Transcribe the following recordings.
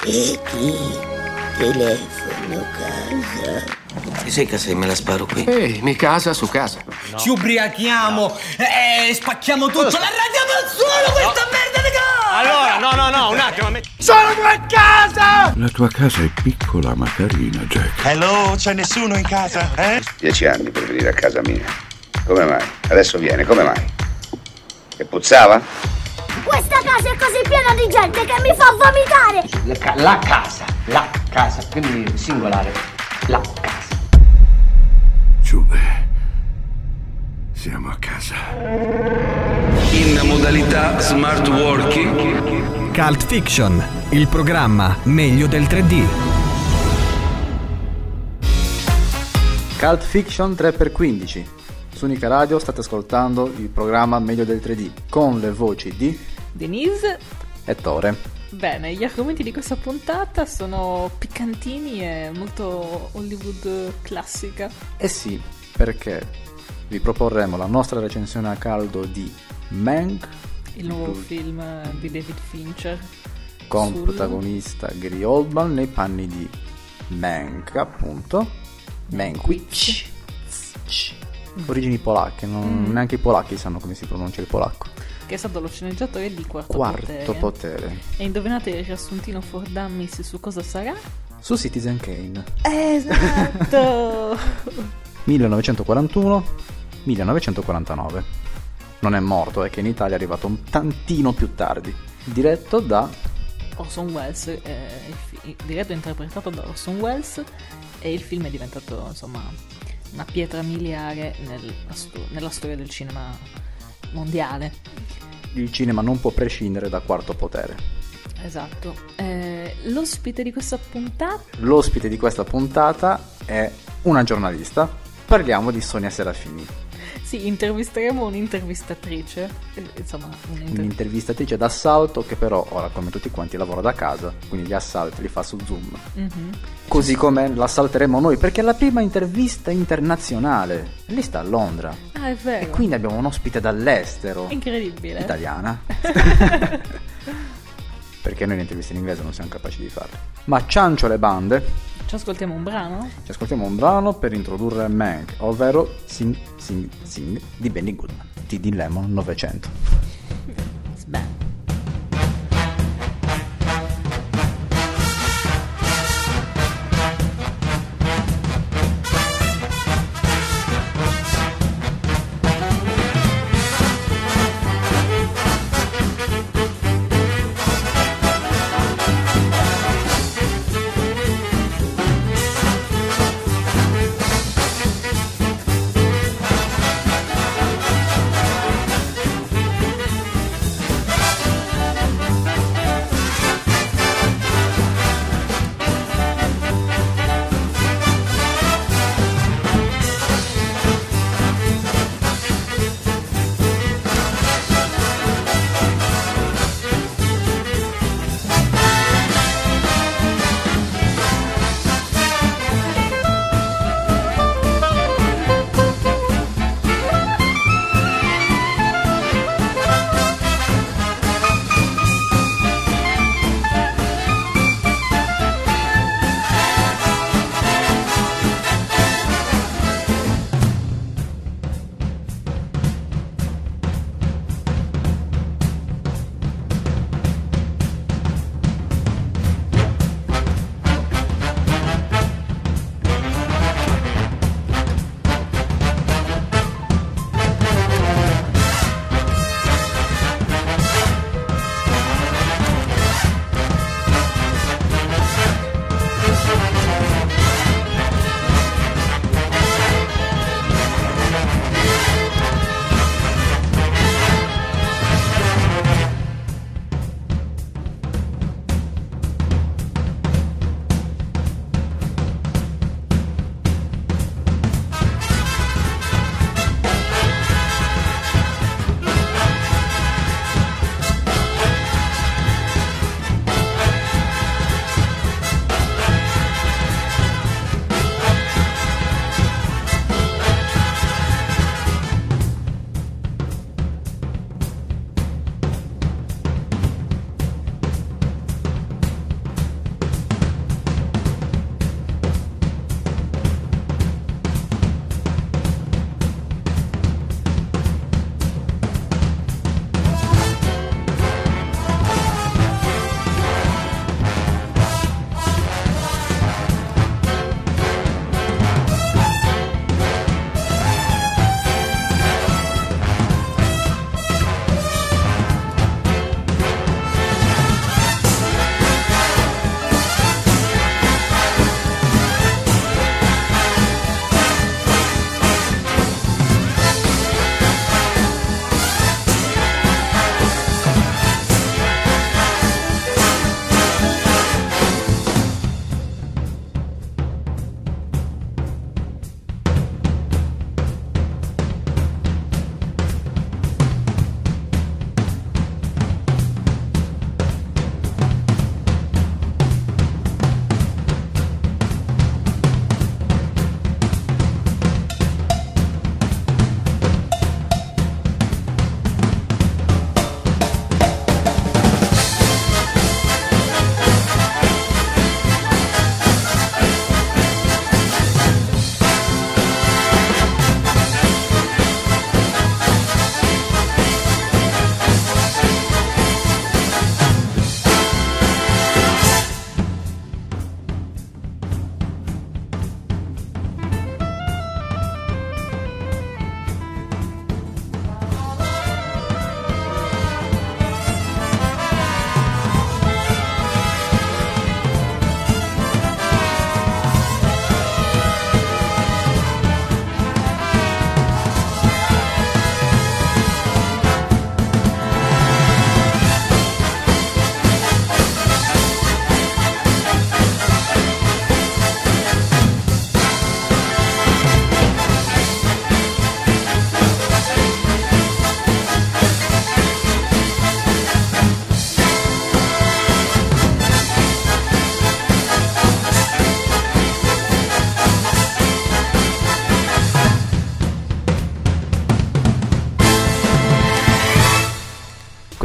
Chi? Telefono casa. Ti sei casa e me la sparo qui? Ehi, mi casa su casa. No. Ci ubriachiamo e spacchiamo tutto. La radiamo al suolo questa merda di casa! Allora, no, un attimo. Sono a casa! La tua casa è piccola ma carina, Jack. Hello, c'è nessuno in casa, eh? 10 anni per venire a casa mia. Come mai? Adesso viene, come mai? Che puzzava? Questa casa è così piena di gente che mi fa vomitare! La casa, quindi singolare, la casa. Giube, siamo a casa. In modalità smart working. Cult Fiction, il programma meglio del 3D. Cult Fiction 3x15. Su Unica Radio state ascoltando il programma meglio del 3D con le voci di Denise e Tore. Bene, gli argomenti di questa puntata sono piccantini e molto Hollywood classica. Eh sì, perché vi proporremo la nostra recensione a caldo di Mank, il nuovo film di David Fincher, con protagonista Gary Oldman nei panni di Mank, appunto. Mankiewicz. Origini polacche, neanche i polacchi sanno come si pronuncia il polacco. Che è stato lo sceneggiatore di Quarto Potere. E indovinate il riassuntino for Dummies su cosa sarà? Su Citizen Kane. Esatto! 1941-1949. Non è morto, è che in Italia è arrivato un tantino più tardi. Diretto da Orson Welles, diretto e interpretato da Orson Welles, e il film è diventato, insomma, una pietra miliare nella storia del cinema mondiale. Il cinema non può prescindere da Quarto Potere. Esatto. L'ospite di questa puntata è una giornalista. Parliamo di Sonia Serafini. Sì, intervisteremo un'intervistatrice, insomma un'intervistatrice d'assalto che però ora, come tutti quanti, lavora da casa, quindi gli assalti li fa su Zoom. Mm-hmm. Così come l'assalteremo noi, perché è la prima intervista internazionale. Lei sta a Londra. Ah, è vero. E quindi abbiamo un ospite dall'estero. Incredibile. Italiana. Perché noi le interviste in inglese non siamo capaci di farle. Ma ciancio le bande. Ci ascoltiamo un brano? Ci ascoltiamo un brano per introdurre Mank, ovvero Sing Sing Sing di Benny Goodman, TD Lemon 900.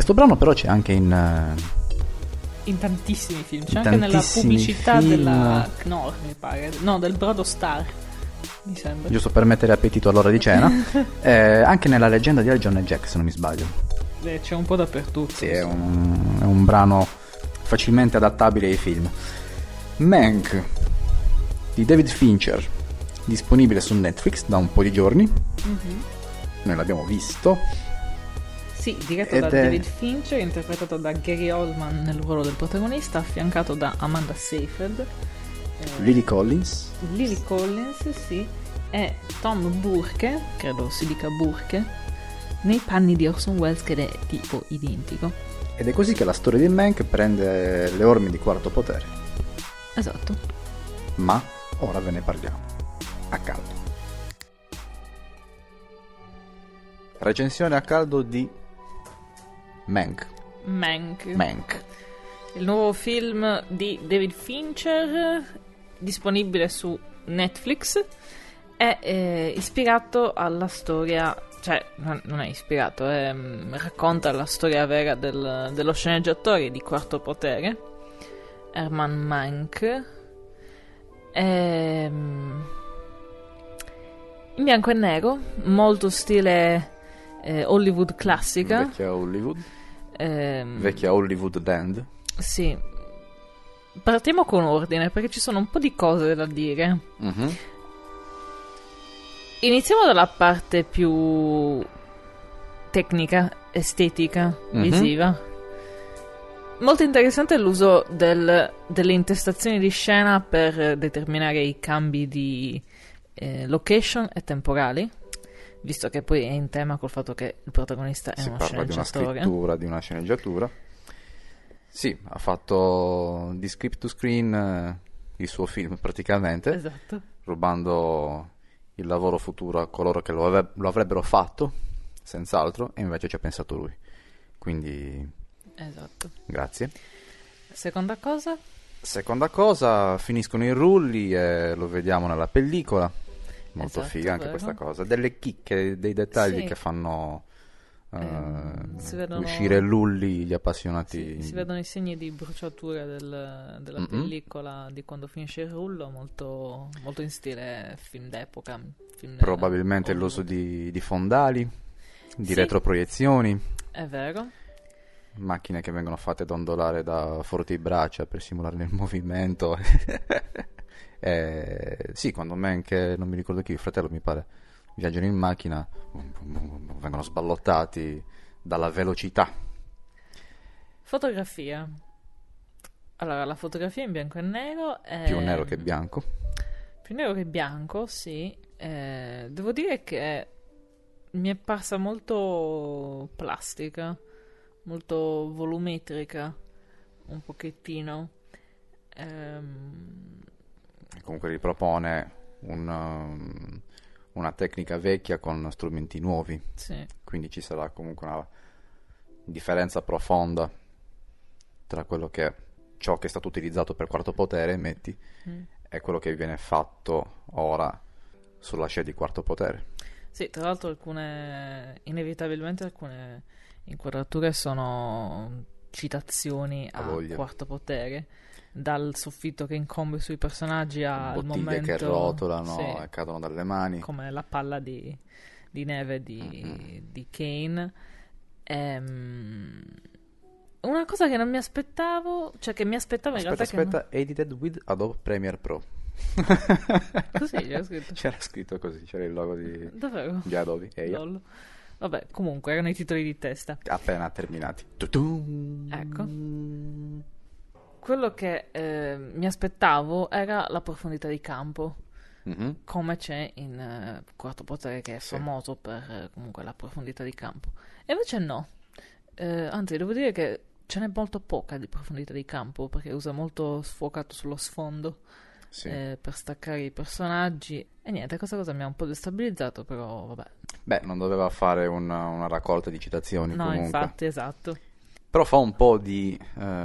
Questo brano però c'è anche in tantissimi film, c'è anche nella pubblicità della Knorr, mi pare, no, del brodo Star, mi sembra, giusto per mettere appetito all'ora di cena. Anche nella leggenda di John e Jack, se non mi sbaglio. C'è un po' dappertutto. Sì, è un brano facilmente adattabile ai film. Mank di David Fincher, disponibile su Netflix da un po' di giorni. Noi l'abbiamo visto. Sì, diretto da David Fincher, interpretato da Gary Oldman nel ruolo del protagonista, affiancato da Amanda Seyfried, Lily Collins, sì, e Tom Burke, credo si dica Burke, nei panni di Orson Welles, che è tipo identico. Ed è così che la storia di Mank prende le orme di Quarto Potere. Esatto. Ma ora ve ne parliamo a caldo. Recensione a caldo di Mank. Il nuovo film di David Fincher, disponibile su Netflix, è ispirato alla storia, cioè non è ispirato, racconta la storia vera dello sceneggiatore di Quarto Potere, Herman Mank. In bianco e nero, molto stile Hollywood classica. Vecchia Hollywood. Vecchia Hollywood Land. Sì. Partiamo con ordine, perché ci sono un po' di cose da dire. Iniziamo dalla parte più tecnica, estetica, visiva. Molto interessante l'uso delle intestazioni di scena per determinare i cambi di location e temporali, visto che poi è in tema col fatto che il protagonista è uno sceneggiatore. Si parla di una scrittura, di una sceneggiatura. Sì, ha fatto di script to screen il suo film praticamente. Esatto. Rubando il lavoro futuro a coloro che lo avrebbero fatto, senz'altro, e invece ci ha pensato lui. Quindi... Esatto. Grazie. Seconda cosa, finiscono i rulli e lo vediamo nella pellicola. Molto figa anche vero. questa cosa. Delle chicche, dei dettagli sì. che fanno vedono, uscire lulli gli appassionati. Si vedono i segni di bruciatura della pellicola di quando finisce il rullo, molto, molto in stile film d'epoca. Probabilmente l'uso di fondali, di retroproiezioni. È vero. Macchine che vengono fatte dondolare da forti braccia per simularne il movimento. Sì, quando Mank, non mi ricordo chi, il fratello mi pare, viaggiano in macchina, vengono sballottati dalla velocità. Fotografia. Allora, la fotografia in bianco e nero è... Più nero che bianco. Più nero che bianco, sì. Devo dire che mi è parsa molto plastica, molto volumetrica, un pochettino. Comunque ripropone una tecnica vecchia con strumenti nuovi. Sì. Quindi ci sarà comunque una differenza profonda tra quello che ciò che è stato utilizzato per Quarto Potere, metti, e quello che viene fatto ora sulla scia di Quarto Potere. Sì, tra l'altro inevitabilmente alcune inquadrature sono citazioni a Quarto Potere, dal soffitto che incombe sui personaggi al momento... Bottiglie che rotolano e cadono dalle mani. Come la palla di neve di Kane. Una cosa che non mi aspettavo, cioè che mi aspettavo in realtà... Aspetta, edited with Adobe Premiere Pro. Così c'era scritto? C'era scritto così, c'era il logo di Adobe. Lol. Vabbè, comunque erano i titoli di testa. Appena terminati. Ecco. Quello che mi aspettavo era la profondità di campo, come c'è in Quarto Potere, che è famoso per comunque la profondità di campo. E invece no. Anzi, devo dire che ce n'è molto poca di profondità di campo, perché usa molto sfocato sullo sfondo. Sì. Per staccare i personaggi. E niente, questa cosa mi ha un po' destabilizzato, però vabbè. Beh, non doveva fare una raccolta di citazioni, no, comunque. Infatti, esatto. Però fa un po' di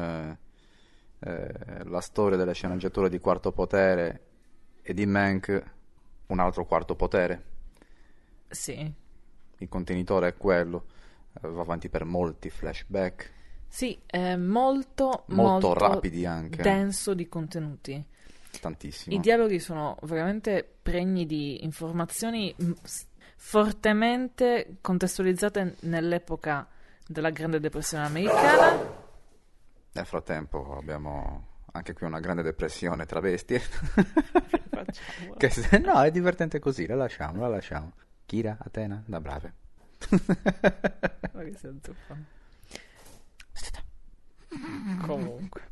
la storia delle sceneggiature di Quarto Potere e di Mank, un altro Quarto Potere. Sì. Il contenitore è quello. va avanti per molti flashback. Sì, è molto rapidi anche. Denso di contenuti. Tantissimo. I dialoghi sono veramente pregni di informazioni fortemente contestualizzate nell'epoca della Grande Depressione americana. Nel frattempo abbiamo anche qui una Grande Depressione tra bestie. No, è divertente così, la lasciamo. Kira, Atena, da brave. Ma che senso fa? Comunque.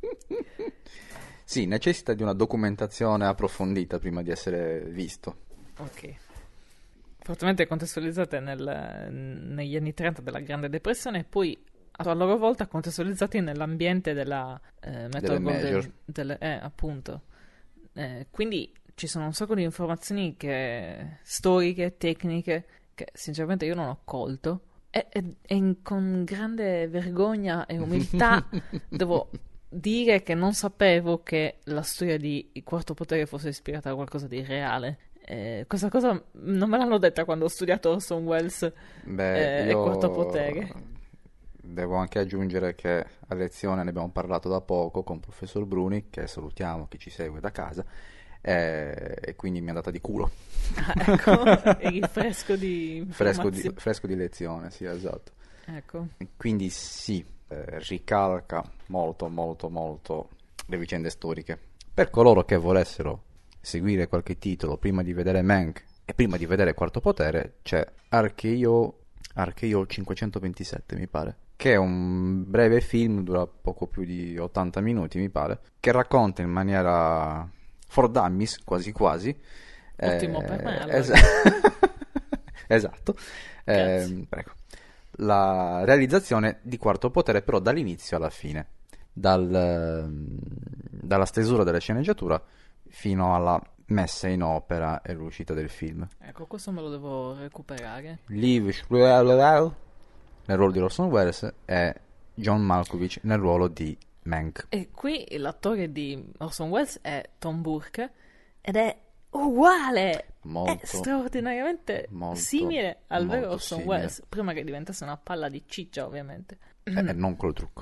Sì, necessita di una documentazione approfondita prima di essere visto. Ok. Fortemente contestualizzate negli anni 30 della Grande Depressione e poi a loro volta contestualizzati nell'ambiente della delle major. Appunto. Quindi ci sono un sacco di informazioni storiche, tecniche, che sinceramente io non ho colto. E con grande vergogna e umiltà devo dire che non sapevo che la storia di Il Quarto Potere fosse ispirata a qualcosa di reale. Questa cosa non me l'hanno detta quando ho studiato Orson Welles e Il Quarto Potere. Devo anche aggiungere che a lezione ne abbiamo parlato da poco con il professor Bruni, che salutiamo, chi ci segue da casa, e quindi mi è andata di culo. Ecco, eri fresco di fresco di lezione, sì, esatto. Ecco. Quindi sì, ricalca molto le vicende storiche. Per coloro che volessero seguire qualche titolo prima di vedere Mank e prima di vedere Quarto Potere, c'è Archeio 527, mi pare, che è un breve film, dura poco più di 80 minuti, mi pare, che racconta in maniera for dummies, quasi ottimo per me, allora. Esatto. Prego. La realizzazione di Quarto Potere, però dall'inizio alla fine, dalla stesura della sceneggiatura fino alla messa in opera e l'uscita del film. Ecco, questo me lo devo recuperare. Liv Schreiber nel ruolo di Orson Welles e John Malkovich nel ruolo di Mank. E qui l'attore di Orson Welles è Tom Burke ed è uguale, è straordinariamente simile al vero Orson Welles, prima che diventasse una palla di ciccia, ovviamente. E non col trucco.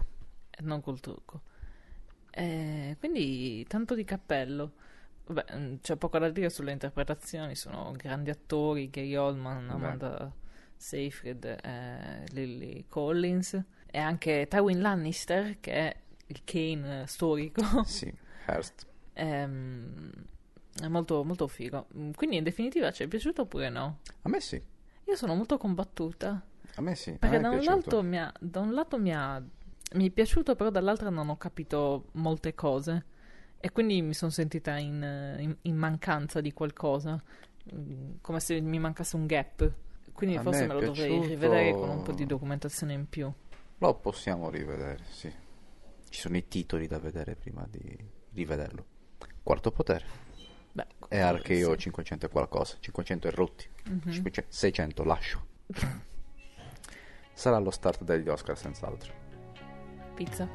Quindi tanto di cappello. Vabbè, c'è poco da dire sulle interpretazioni, sono grandi attori, Gary Oldman, Amanda Seyfried, Lily Collins e anche Tywin Lannister, che è il Kane storico. Sì, Hearst. È molto, molto figo. Quindi in definitiva ci è piaciuto oppure no? A me sì. Io sono molto combattuta. A me sì. Perché da un lato mi è piaciuto, però dall'altro non ho capito molte cose. E quindi mi sono sentita in mancanza di qualcosa, come se mi mancasse un gap. Quindi forse me lo dovrei rivedere con un po' di documentazione in più. Lo possiamo rivedere, sì. Ci sono i titoli da vedere prima di rivederlo. Quarto Potere. E Archeio 500 e qualcosa. 500 e rotti. 600 lascio. Sarà lo start degli Oscar senz'altro. Pizza.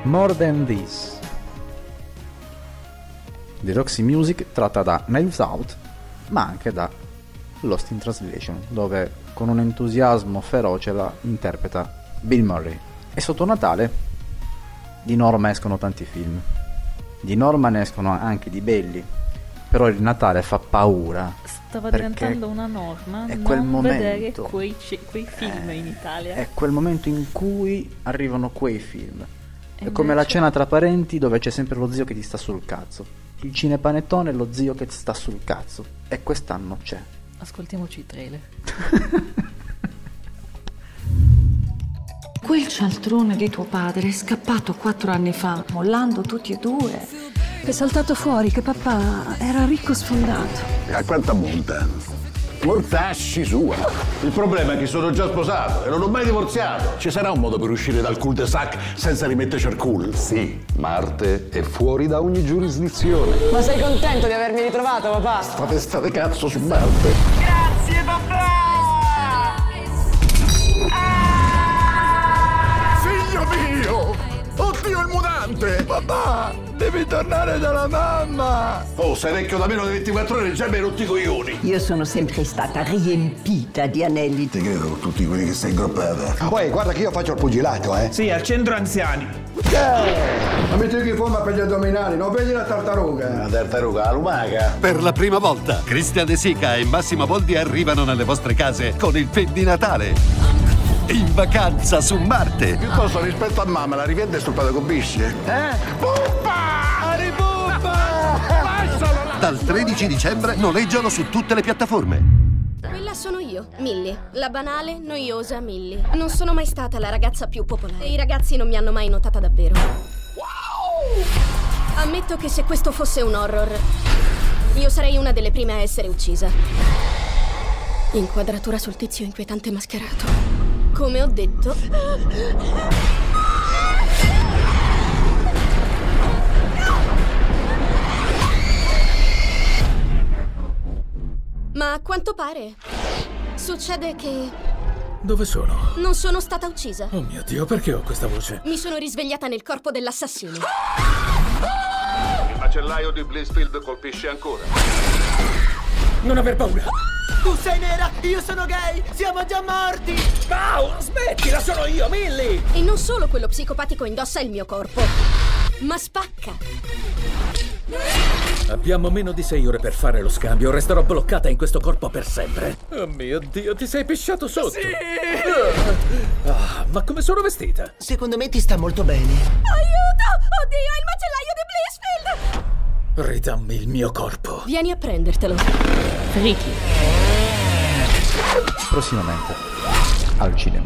More Than This di Roxy Music, tratta da Knives Out, ma anche da Lost in Translation, dove con un entusiasmo feroce la interpreta Bill Murray. E sotto Natale di norma escono tanti film, di norma ne escono anche di belli, però il Natale fa paura. Stava diventando una norma è non quel vedere momento, quei film in Italia. È quel momento in cui arrivano quei film. È E come la invece- cena tra parenti, dove c'è sempre lo zio che ti sta sul cazzo. Il cinepanettone è lo zio che ti sta sul cazzo. E quest'anno c'è. Ascoltiamoci i trailer. Quel cialtrone di tuo padre è scappato 4 anni fa, mollando tutti e due. È saltato fuori che papà era ricco sfondato. E a quanta monta? Mortasci sua. Il problema è che sono già sposato e non ho mai divorziato. Ci sarà un modo per uscire dal cul-de-sac senza rimetterci al culo? Sì, Marte è fuori da ogni giurisdizione. Ma sei contento di avermi ritrovato, papà? Sta testa di cazzo su Marte. Grazie, papà! Figlio mio! Oddio il mutante! Papà! Devi tornare dalla mamma! Oh, sei vecchio da meno di 24 ore e già mi hai rotti i coglioni! Io sono sempre stata riempita di anelli. Ti credo con tutti quelli che sei ingroppata. Poi guarda che io faccio il pugilato, Sì, al centro anziani. Ma metti che forma per gli addominali, non vedi la tartaruga? La tartaruga, la lumaca. Per la prima volta, Christian De Sica e Massimo Boldi arrivano nelle vostre case con il film di Natale. In vacanza su Marte. Piuttosto rispetto a mamma, la riviente sul padre con bisce. Puppa! Ripuppa! Lascialo! Dal 13 dicembre noleggiano su tutte le piattaforme. Quella sono io, Millie, la banale, noiosa Millie. Non sono mai stata la ragazza più popolare e i ragazzi non mi hanno mai notata davvero. Wow! Ammetto che se questo fosse un horror, io sarei una delle prime a essere uccisa. Inquadratura sul tizio inquietante mascherato. Come ho detto... Ma a quanto pare succede che Dove sono? non sono stata uccisa. Oh mio Dio, perché ho questa voce? Mi sono risvegliata nel corpo dell'assassino. Il macellaio di Blissfield colpisce ancora. Non aver paura. Tu sei nera, io sono gay, siamo già morti! Wow, smettila, sono io, Millie! E non solo quello psicopatico indossa il mio corpo, ma spacca. Abbiamo meno di 6 ore per fare lo scambio. Resterò bloccata in questo corpo per sempre. Oh mio Dio, ti sei pisciato sotto. Sì! Ma come sono vestita? Secondo me ti sta molto bene. Aiuto! Oddio, il macellaio di Blissfield! Ridammi il mio corpo. Vieni a prendertelo. Ricky. Prossimamente al cinema.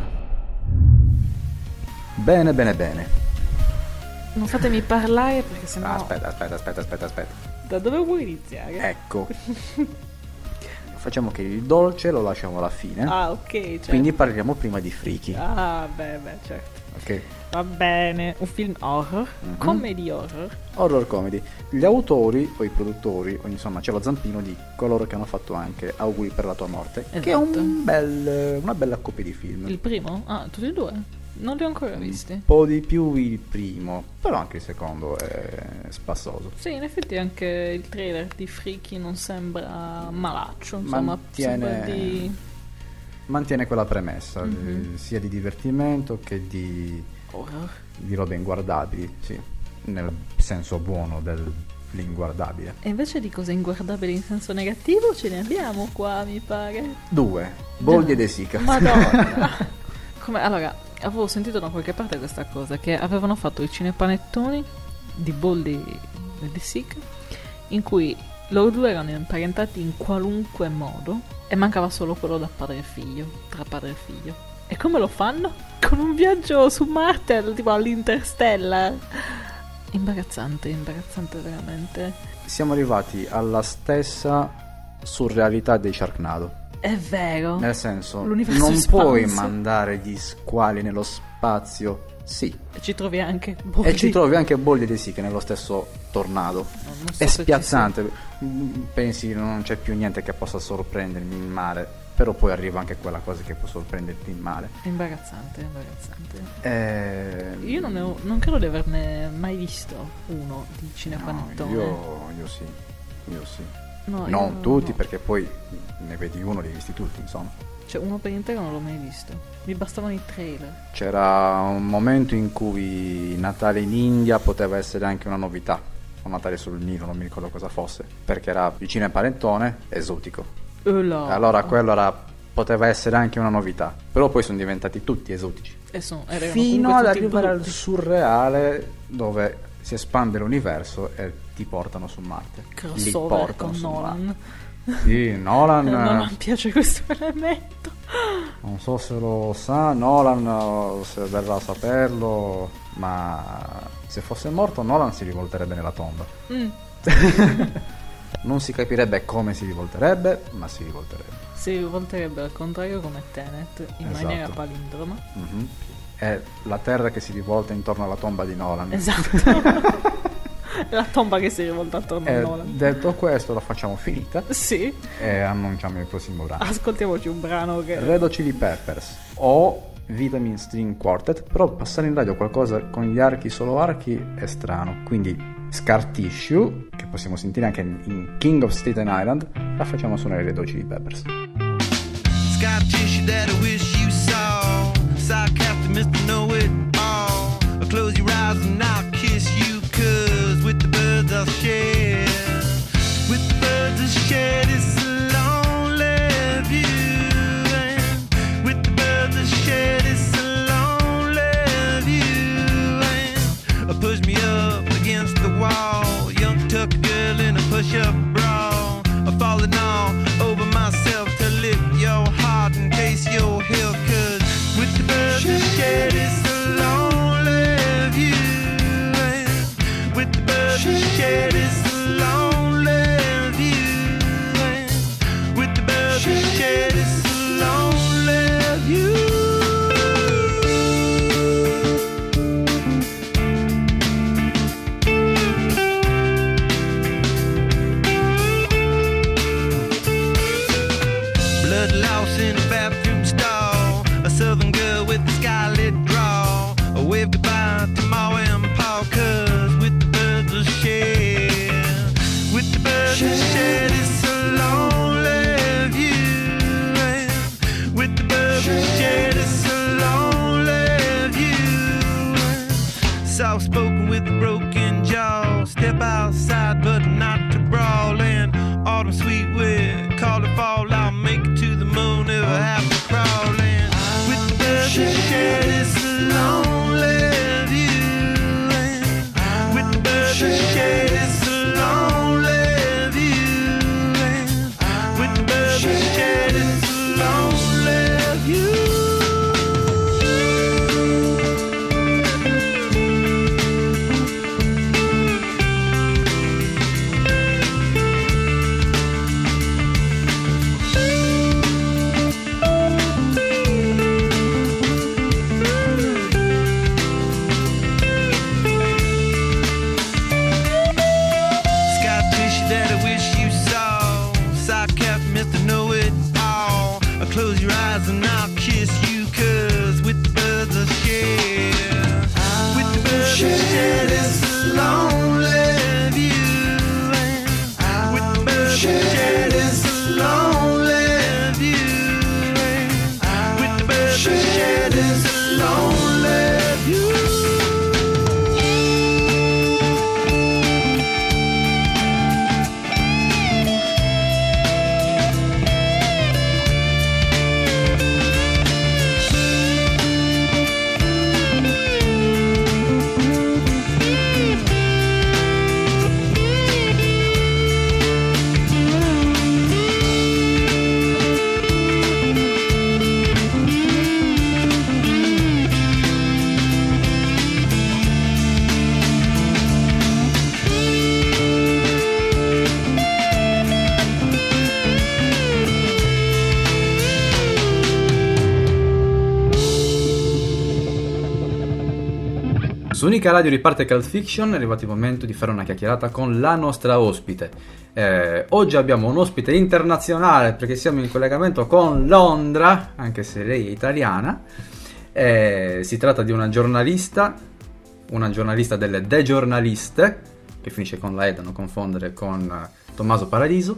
Bene, bene, bene. Non fatemi parlare perché sennò... Aspetta. Da dove vuoi iniziare? Ecco. Facciamo che il dolce lo lasciamo alla fine. Ah, ok, certo. Quindi parliamo prima di Freaky. Ah, beh, certo. Ok. Va bene, un film horror, comedy horror. Horror comedy. Gli autori o i produttori, o insomma c'è lo zampino di coloro che hanno fatto anche Auguri per la tua morte, Esatto. che è una bella coppia di film. Il primo? Ah, tutti e due? Non li ho ancora visti. Un po' di più il primo, però anche il secondo è spassoso. Sì, in effetti anche il trailer di Freaky non sembra malaccio, insomma, sembra mantiene quella premessa, sia di divertimento che di horror, di robe inguardabili, sì, nel senso buono dell'inguardabile. E invece di cose inguardabili in senso negativo ce ne abbiamo qua, mi pare. 2 Boldi e De Sica. Madonna. Allora, avevo sentito da qualche parte questa cosa, che avevano fatto i cinepanettoni di Boldi e De Sica, in cui loro due erano imparentati in qualunque modo e mancava solo quello da padre e figlio, tra padre e figlio. E come lo fanno? Con un viaggio su Marte, tipo all'Interstellar. Imbarazzante veramente. Siamo arrivati alla stessa surrealità dei Sharknado. È vero. Nel senso, l'universo non espanso. puoi mandare gli squali nello spazio. Sì. E ci trovi anche Boldi. E ci trovi anche Boldi e De Sica nello stesso tornado. Non so è se spiazzante. Pensi non c'è più niente che possa sorprendermi in mare. però poi arriva anche quella cosa che può sorprenderti in male. È imbarazzante. Io non credo di averne mai visto uno di cinepanettone. Io sì. No, non tutti, perché poi ne vedi uno, li hai visti tutti, insomma. Cioè, uno per intero non l'ho mai visto. Mi bastavano i trailer. C'era un momento in cui Natale in India poteva essere anche una novità. Un Natale sul Nilo, non mi ricordo cosa fosse, perché era vicino al panettone, esotico. Allora quello poteva essere anche una novità. Però poi sono diventati tutti esotici. Fino ad arrivare al surreale, dove si espande l'universo e ti portano su Marte. Crossover con Nolan. Sì, Nolan. Non piace questo elemento. Non so se lo sa Nolan, se verrà a saperlo, ma se fosse morto Nolan si rivolterebbe nella tomba. Non si capirebbe come si rivolterebbe, ma si rivolterebbe. Si rivolterebbe al contrario, come Tenet, in maniera palindroma. È la Terra che si rivolta intorno alla tomba di Nolan. Esatto. La tomba che si rivolta attorno a Nolan. Detto questo, la facciamo finita. Sì. E annunciamo il prossimo brano. Ascoltiamoci un brano che... Red Hot Chili Peppers o Vitamin String Quartet. Però passare in radio qualcosa con gli archi, solo archi, è strano. Quindi Scar Tissue, che possiamo sentire anche in King of Staten Island, la facciamo suonare Red Hot Chili Peppers. Scar Tissue that I wish you saw. Sarcastic Mr. Know It All. I'll close your eyes and I'll kiss you, 'cause with the birds I'll share. With the birds I'll share this lonely view. And with the birds I'll share this lonely view. And push me up against the wall. Young tuck girl in a push-up bra. I'm falling all over myself to lick your heart in case you're here. 'Cause with the birds I'll share this lonely view. With the birds I'll share this lonely view. With the birds I'll share this lonely view. Blood loss in a bathroom stall. A southern girl with a scarlet draw. A wave goodbye to Ma and Pa, 'cause with the birds I'll share. With the birds I'll share this lonely view. With the birds I'll share this lonely view. Soft spoken with a broken jaw. Step outside but not to brawl. And autumn sweet with call it fall. I'll make it to the moon if I have to crawl. And with the birds I'll share this lonely view. With the birds I'll share this lonely view. With the birds I'll share this lonely view. Su Unica Radio riparte Cult Fiction, è arrivato il momento di fare una chiacchierata con la nostra ospite. Oggi abbiamo un ospite internazionale perché siamo in collegamento con Londra, anche se lei è italiana. Si tratta di una giornalista delle The Journaliste, che finisce con la E da non confondere con Tommaso Paradiso.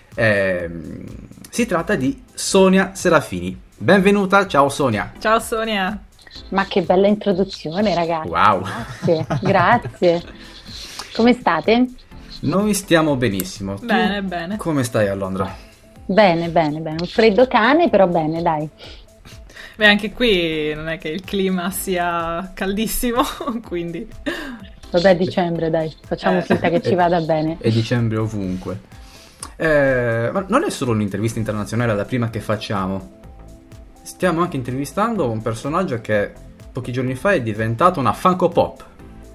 Si tratta di Sonia Serafini. Benvenuta, ciao Sonia. Ciao Sonia. Ma che bella introduzione, ragazzi. Wow. Grazie. Come state? Noi stiamo benissimo. Bene, bene. Come stai a Londra? Bene. Un freddo cane, però bene, dai. Beh, anche qui non è che il clima sia caldissimo, quindi... Vabbè, dicembre, dai. Facciamo finta che ci vada bene. È dicembre ovunque. Ma non è solo un'intervista internazionale la prima che facciamo. Stiamo anche intervistando un personaggio che pochi giorni fa è diventato una Funko Pop.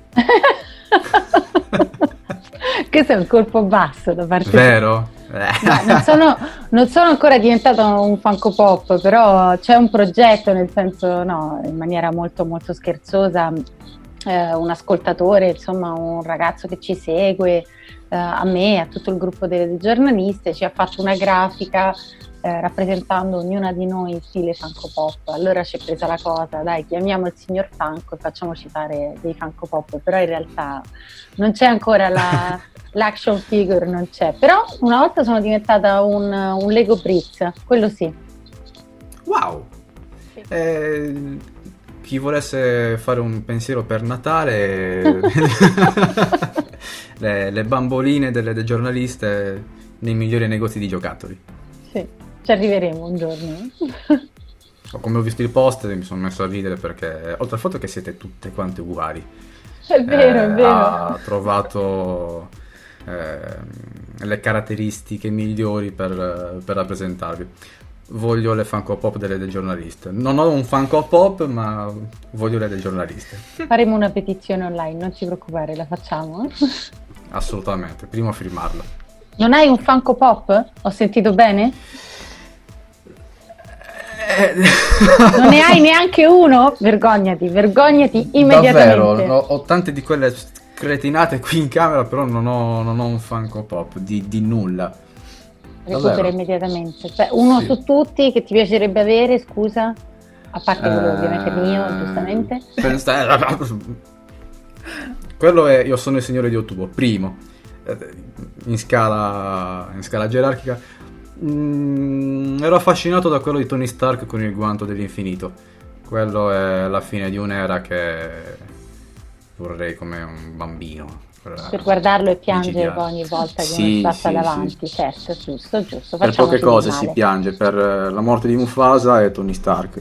Questo è un colpo basso da parte Vero? Non sono ancora diventato un Funko Pop, però c'è un progetto, nel senso, no, in maniera molto molto scherzosa, un ascoltatore, insomma un ragazzo che ci segue, a me, a tutto il gruppo delle giornaliste, ci ha fatto una grafica rappresentando ognuna di noi in stile Funko Pop. Allora ci è presa la cosa, dai, chiamiamo il signor Funko e facciamoci fare dei Funko Pop, però in realtà non c'è ancora l'action figure, non c'è. Però una volta sono diventata un Lego Bricks, quello sì. Wow! Chi volesse fare un pensiero per Natale, le bamboline delle giornaliste nei migliori negozi di giocattoli. Sì, ci arriveremo un giorno. Come ho visto il post mi sono messo a ridere perché, oltre al fatto che siete tutte quante uguali, è vero. Ha trovato le caratteristiche migliori per rappresentarvi. Voglio le Funko Pop delle giornaliste. Non ho un Funko Pop, ma voglio le giornaliste. Faremo una petizione online, non ci preoccupare, la facciamo. Assolutamente, prima a firmarla. Non hai un Funko Pop? Ho sentito bene? Non ne hai neanche uno? Vergognati immediatamente. Davvero, ho tante di quelle cretinate qui in camera, però non ho un Funko Pop di nulla. Recupera immediatamente. Cioè, uno su tutti che ti piacerebbe avere, scusa? A parte quello ovviamente mio, giustamente. Quello è Io sono il Signore di Ottobre, primo. In scala gerarchica. Ero affascinato da quello di Tony Stark con il guanto dell'infinito. Quello è la fine di un'era che vorrei come un bambino. Per guardarlo e piangere ogni volta che uno passa davanti. Sì. Certo, giusto. Per poche cose si piange, per la morte di Mufasa e Tony Stark.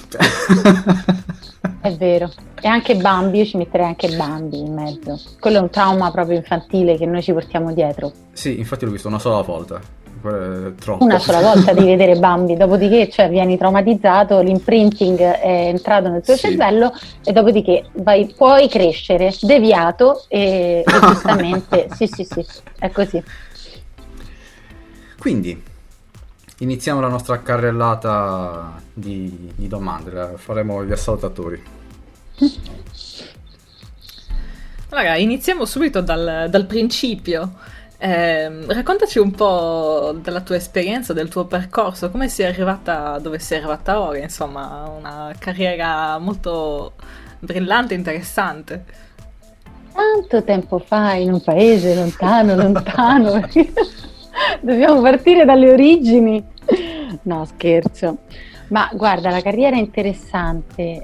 È vero. E anche Bambi, io ci metterei anche Bambi in mezzo. Quello è un trauma proprio infantile che noi ci portiamo dietro. Sì, infatti l'ho visto una sola volta. Troppo. Una sola volta di vedere Bambi, dopodiché vieni traumatizzato, l'imprinting è entrato nel tuo cervello e dopodiché puoi crescere deviato e giustamente sì, è così. Quindi iniziamo la nostra carrellata di domande, faremo gli assaltatori. Allora, iniziamo subito dal principio. Raccontaci un po' della tua esperienza, del tuo percorso, come sei arrivata dove sei arrivata ora, insomma, una carriera molto brillante e interessante. Tanto tempo fa, in un paese lontano, dobbiamo partire dalle origini. No, scherzo. Ma guarda, la carriera è interessante,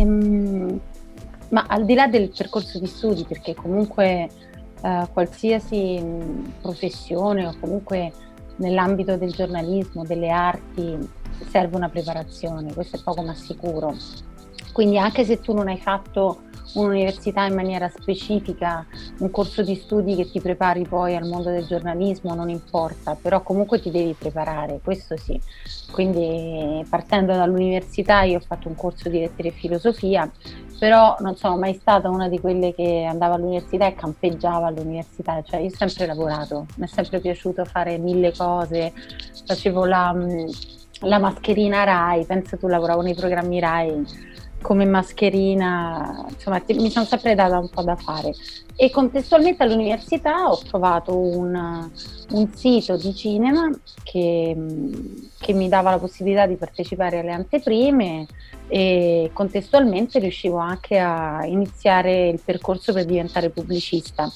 ma al di là del percorso di studi, perché comunque qualsiasi professione o comunque nell'ambito del giornalismo, delle arti, serve una preparazione, questo è poco ma sicuro. Quindi anche se tu non hai fatto un'università in maniera specifica, un corso di studi che ti prepari poi al mondo del giornalismo, non importa, però comunque ti devi preparare, questo sì. Quindi partendo dall'università io ho fatto un corso di lettere e filosofia, però non sono mai stata una di quelle che andava all'università e campeggiava all'università, cioè io ho sempre lavorato, mi è sempre piaciuto fare mille cose, facevo la mascherina Rai, pensa tu, lavoravo nei programmi Rai, come mascherina, insomma mi sono sempre data un po' da fare. E contestualmente all'università ho trovato un sito di cinema che mi dava la possibilità di partecipare alle anteprime, e contestualmente riuscivo anche a iniziare il percorso per diventare pubblicista,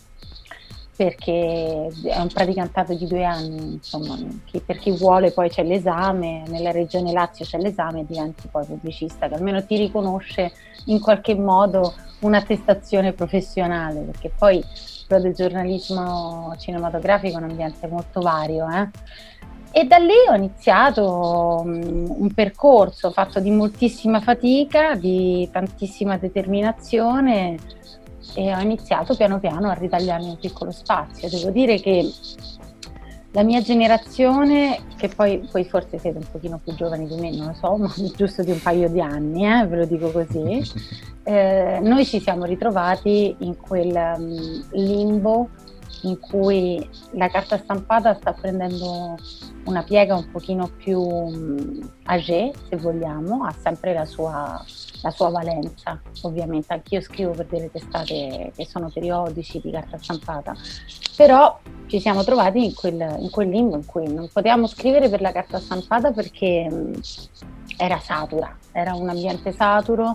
perché è un praticantato di 2 anni, insomma, per chi vuole poi c'è l'esame, nella regione Lazio c'è l'esame e diventi poi pubblicista, che almeno ti riconosce in qualche modo un'attestazione professionale, perché poi quello del giornalismo cinematografico è un ambiente molto vario, E da lì ho iniziato un percorso fatto di moltissima fatica, di tantissima determinazione, e ho iniziato piano piano a ritagliarmi un piccolo spazio. Devo dire che la mia generazione, che poi forse siete un pochino più giovani di me, non lo so, ma giusto di un paio di anni, ve lo dico così, noi ci siamo ritrovati in quel limbo in cui la carta stampata sta prendendo una piega un pochino più âgée, se vogliamo, ha sempre la sua valenza. Ovviamente anch'io scrivo per delle testate che sono periodici di carta stampata, però ci siamo trovati in quel limbo in cui non potevamo scrivere per la carta stampata perché era satura, era un ambiente saturo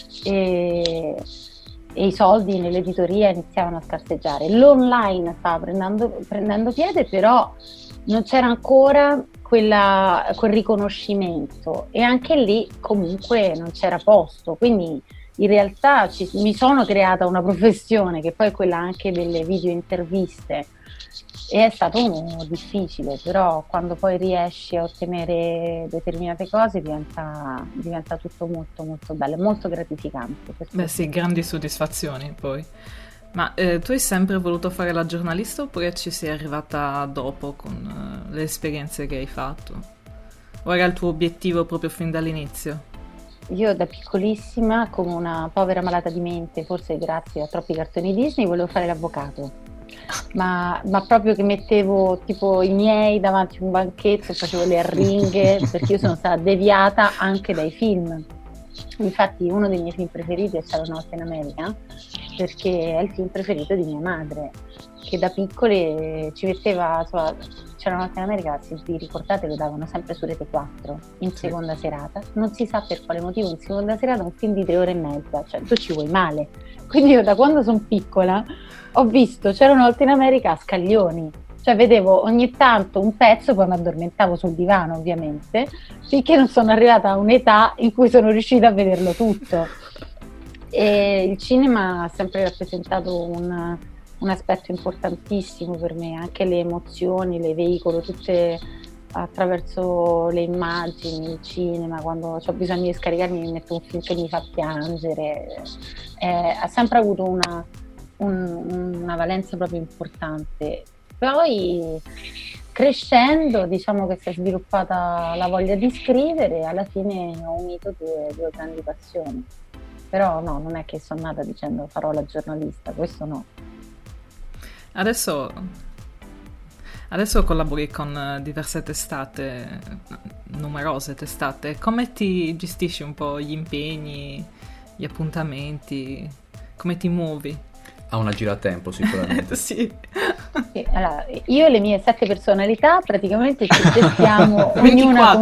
e i soldi nell'editoria iniziavano a scarseggiare. L'online stava prendendo piede, però non c'era ancora quel riconoscimento, e anche lì comunque non c'era posto, quindi in realtà mi sono creata una professione che poi è quella anche delle video interviste, e è stato difficile, però quando poi riesci a ottenere determinate cose diventa tutto molto molto bello, molto gratificante. Beh sì, grandi soddisfazioni poi. Ma tu hai sempre voluto fare la giornalista oppure ci sei arrivata dopo con le esperienze che hai fatto? O era il tuo obiettivo proprio fin dall'inizio? Io da piccolissima, come una povera malata di mente, forse grazie a troppi cartoni Disney, volevo fare l'avvocato. Ma proprio che mettevo tipo i miei davanti a un banchetto e facevo le arringhe, perché io sono stata deviata anche dai film. Infatti uno dei miei film preferiti è C'era una volta in America, perché è il film preferito di mia madre, che da piccole ci metteva, C'era una volta in America, se vi ricordate, lo davano sempre su Rete 4 in seconda serata, non si sa per quale motivo in seconda serata un film di 3 ore e mezza, cioè tu ci vuoi male. Quindi io da quando sono piccola ho visto C'era una volta in America a scaglioni, cioè vedevo ogni tanto un pezzo, poi mi addormentavo sul divano ovviamente, finché non sono arrivata a un'età in cui sono riuscita a vederlo tutto. E il cinema ha sempre rappresentato un aspetto importantissimo per me, anche le emozioni le veicolo tutte attraverso le immagini, il cinema. Quando ho bisogno di scaricarmi mi metto un film che mi fa piangere, ha sempre avuto una valenza proprio importante. Poi crescendo diciamo che si è sviluppata la voglia di scrivere, e alla fine ho unito due grandi passioni. Però no, non è che sono nata dicendo farò la giornalista, questo no. Adesso collabori con diverse testate, numerose testate. Come ti gestisci un po' gli impegni, gli appuntamenti? Come ti muovi? Ha una gira-tempo sicuramente. Sì. Allora, io e le mie 7 personalità praticamente ci gestiamo ognuna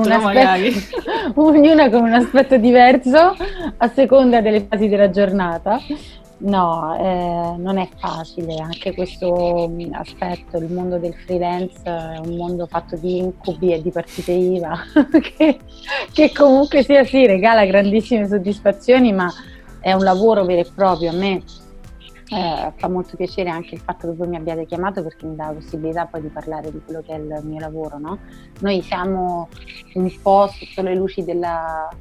con un aspetto diverso a seconda delle fasi della giornata. No, non è facile, anche questo aspetto, il mondo del freelance è un mondo fatto di incubi e di partite IVA che comunque sia sì, regala grandissime soddisfazioni, ma è un lavoro vero e proprio. A me fa molto piacere anche il fatto che voi mi abbiate chiamato, perché mi dà la possibilità poi di parlare di quello che è il mio lavoro, no? Noi siamo un po' sotto le luci della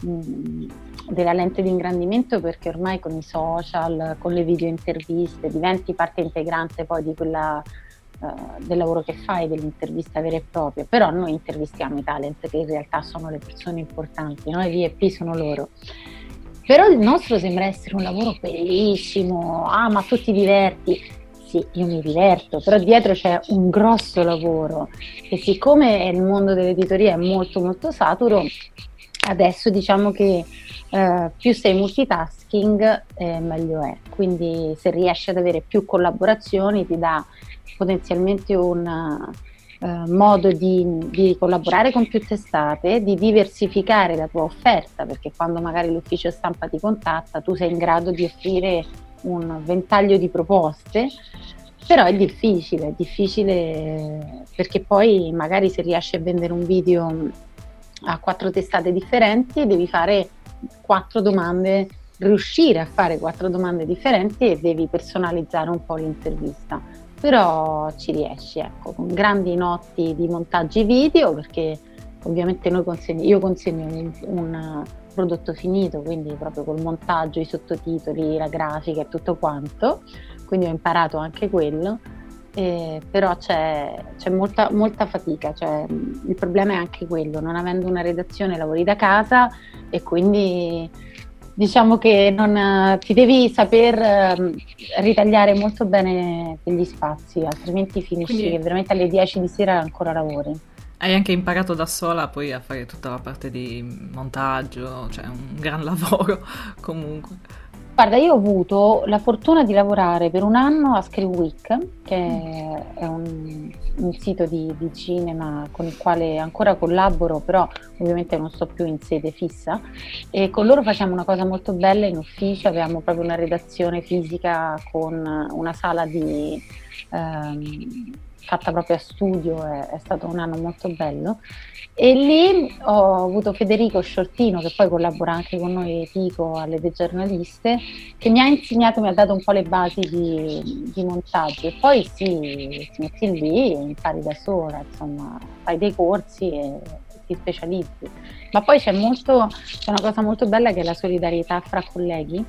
lente di ingrandimento, perché ormai con i social, con le video interviste diventi parte integrante poi di quella del lavoro che fai, dell'intervista vera e propria. Però noi intervistiamo i talent, che in realtà sono le persone importanti, no? I VIP sono loro. Però il nostro sembra essere un lavoro bellissimo, ma tu ti diverti. Sì, io mi diverto, però dietro c'è un grosso lavoro, e siccome il mondo dell'editoria è molto molto saturo, Adesso diciamo che più sei multitasking meglio è, quindi se riesci ad avere più collaborazioni ti dà potenzialmente un modo di collaborare con più testate, di diversificare la tua offerta, perché quando magari l'ufficio stampa ti contatta tu sei in grado di offrire un ventaglio di proposte, però è difficile perché poi magari se riesci a vendere un video a 4 testate differenti devi fare 4 domande, riuscire a fare 4 domande differenti e devi personalizzare un po' l'intervista, però ci riesci, ecco, con grandi notti di montaggi video, perché ovviamente io consegno un prodotto finito, quindi proprio col montaggio, i sottotitoli, la grafica e tutto quanto, quindi ho imparato anche quello. Però c'è molta fatica, cioè, il problema è anche quello, non avendo una redazione lavori da casa e quindi diciamo che ti devi saper ritagliare molto bene degli spazi, altrimenti finisci che veramente alle 10 di sera ancora lavori. Hai anche imparato da sola poi a fare tutta la parte di montaggio, cioè un gran lavoro comunque. Guarda, io ho avuto la fortuna di lavorare per un anno a Screen Week, che è un sito di cinema con il quale ancora collaboro, però ovviamente non sto più in sede fissa, e con loro facciamo una cosa molto bella in ufficio, avevamo proprio una redazione fisica con una sala fatta proprio a studio, è stato un anno molto bello. E lì ho avuto Federico Sciortino, che poi collabora anche con noi, Pico, alle due giornaliste, che mi ha insegnato, mi ha dato un po' le basi di montaggio, e poi ti metti lì e impari da sola, insomma, fai dei corsi e ti specializzi. Ma poi c'è una cosa molto bella che è la solidarietà fra colleghi.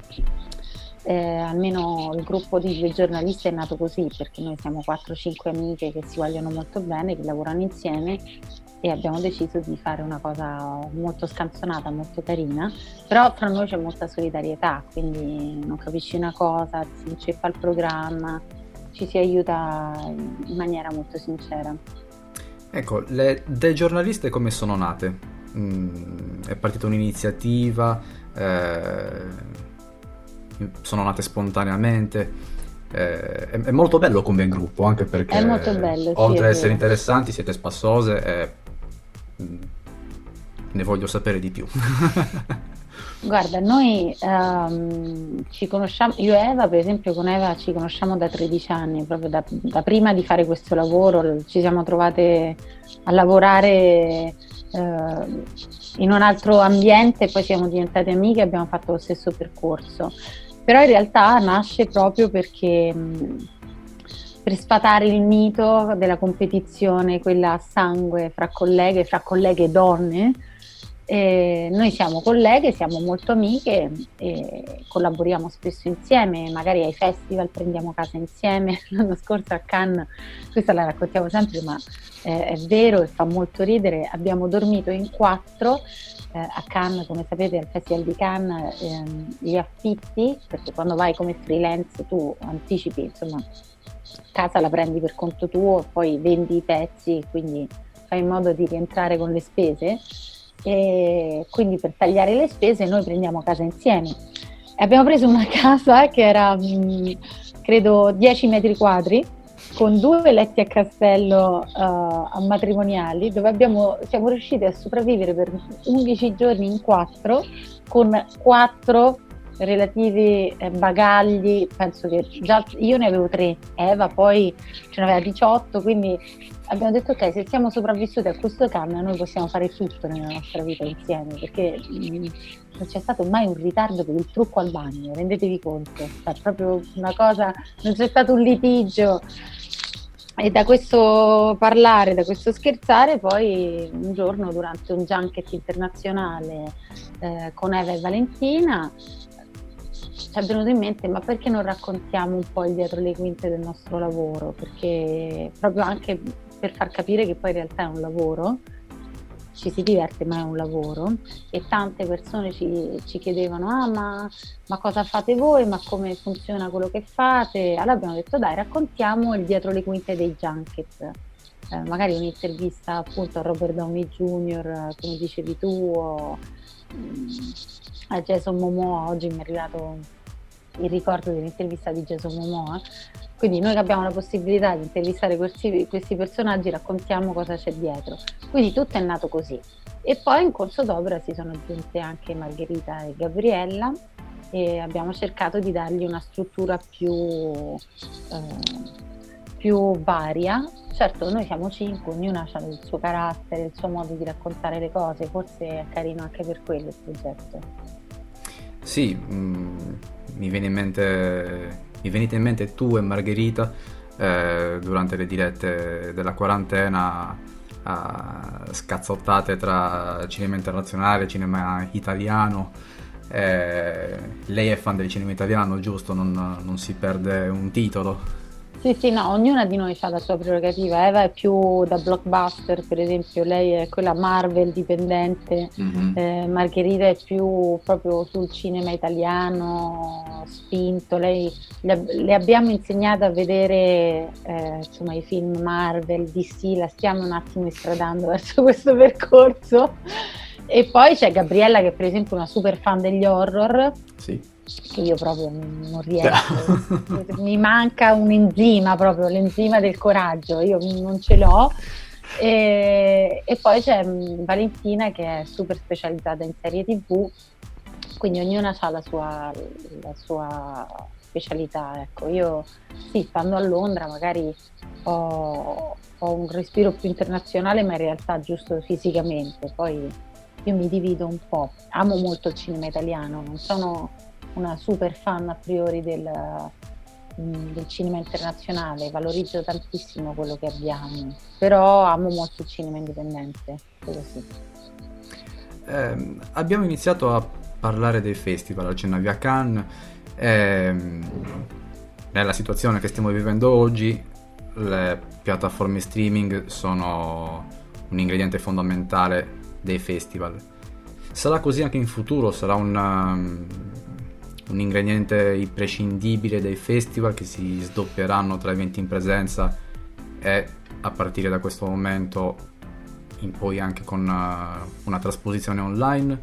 Almeno il gruppo di due giornalisti è nato così, perché noi siamo 4-5 amiche che si vogliono molto bene, che lavorano insieme, e abbiamo deciso di fare una cosa molto scanzonata, molto carina, però fra noi c'è molta solidarietà, quindi non capisci una cosa, si inceppa il programma, ci si aiuta in maniera molto sincera. Ecco, le giornaliste come sono nate? È partita un'iniziativa? Sono nate spontaneamente? È molto bello come gruppo, anche perché è molto bello, oltre ad essere interessanti siete spassose e ne voglio sapere di più. Guarda, noi ci conosciamo, io e Eva, per esempio, con Eva ci conosciamo da 13 anni, proprio da prima di fare questo lavoro ci siamo trovate a lavorare in un altro ambiente, poi siamo diventate amiche e abbiamo fatto lo stesso percorso. Però in realtà nasce proprio perché per sfatare il mito della competizione, quella a sangue fra colleghe donne. Noi siamo colleghe, siamo molto amiche e collaboriamo spesso insieme, magari ai festival prendiamo casa insieme. L'anno scorso a Cannes, questa la raccontiamo sempre, ma è vero e fa molto ridere, abbiamo dormito in 4 a Cannes. Come sapete, al Festival di Cannes gli affitti, perché quando vai come freelance tu anticipi, insomma, casa la prendi per conto tuo, poi vendi i pezzi, quindi fai in modo di rientrare con le spese. E quindi per tagliare le spese noi prendiamo casa insieme e abbiamo preso una casa che era credo 10 metri quadri con 2 letti a castello matrimoniali, dove siamo riusciti a sopravvivere per 11 giorni in 4 con 4 relativi bagagli. Penso che già io ne avevo 3, Eva poi ce n'aveva 18, quindi abbiamo detto ok, se siamo sopravvissuti a questo Cannes noi possiamo fare tutto nella nostra vita insieme, perché non c'è stato mai un ritardo per il trucco al bagno, rendetevi conto, è proprio una cosa, non c'è stato un litigio. E da questo parlare, da questo scherzare, poi un giorno durante un junket internazionale con Eva e Valentina ci è venuto in mente: ma perché non raccontiamo un po' il dietro le quinte del nostro lavoro? Perché proprio anche per far capire che poi in realtà è un lavoro, ci si diverte ma è un lavoro, e tante persone ci chiedevano ma cosa fate voi, ma come funziona quello che fate. Allora abbiamo detto dai, raccontiamo il dietro le quinte dei junket, magari un'intervista appunto a Robert Downey Jr., come dicevi tu, o a Jason Momoa. Oggi mi è arrivato il ricordo dell'intervista di Jason Momoa. Quindi noi che abbiamo la possibilità di intervistare questi personaggi, raccontiamo cosa c'è dietro. Quindi tutto è nato così. E poi in corso d'opera si sono aggiunte anche Margherita e Gabriella, e abbiamo cercato di dargli una struttura più varia. Certo, noi siamo 5, ognuna ha il suo carattere, il suo modo di raccontare le cose, forse è carino anche per quello il progetto. Sì, mi venite in mente tu e Margherita durante le dirette della quarantena, scazzottate tra cinema internazionale e cinema italiano. Lei è fan del cinema italiano, giusto? Non si perde un titolo. Sì, no, ognuna di noi ha la sua prerogativa. Eva è più da blockbuster, per esempio, lei è quella Marvel dipendente, Margherita è più proprio sul cinema italiano spinto. Le abbiamo insegnato a vedere insomma, i film Marvel, DC, la stiamo un attimo istradando verso questo percorso. E poi c'è Gabriella, che per esempio è una super fan degli horror. Sì. Che io proprio non riesco, mi manca un enzima, proprio l'enzima del coraggio, io non ce l'ho. E poi c'è Valentina, che è super specializzata in serie TV, quindi ognuna ha la sua specialità. Ecco, io sì, stando a Londra magari ho un respiro più internazionale, ma in realtà giusto fisicamente. Poi io mi divido un po', amo molto il cinema italiano, non sono una super fan a priori del cinema internazionale, valorizzo tantissimo quello che abbiamo, però amo molto il cinema indipendente, quello sì. Abbiamo iniziato a parlare dei festival, accennavi a Cannes. Nella situazione che stiamo vivendo oggi, le piattaforme streaming sono un ingrediente fondamentale dei festival. Sarà così anche in futuro? Sarà un ingrediente imprescindibile dei festival, che si sdoppieranno tra eventi in presenza e a partire da questo momento in poi anche con una trasposizione online,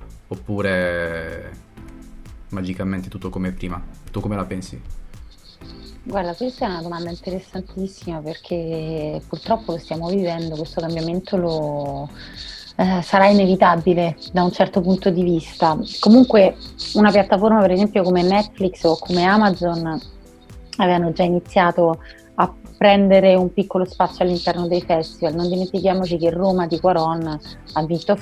oppure magicamente tutto come prima? Tu come la pensi? Guarda, questa è una domanda interessantissima, perché purtroppo lo stiamo vivendo, questo cambiamento sarà inevitabile da un certo punto di vista. Comunque una piattaforma per esempio come Netflix o come Amazon avevano già iniziato a prendere un piccolo spazio all'interno dei festival. Non dimentichiamoci che Roma di Quaron ha vinto il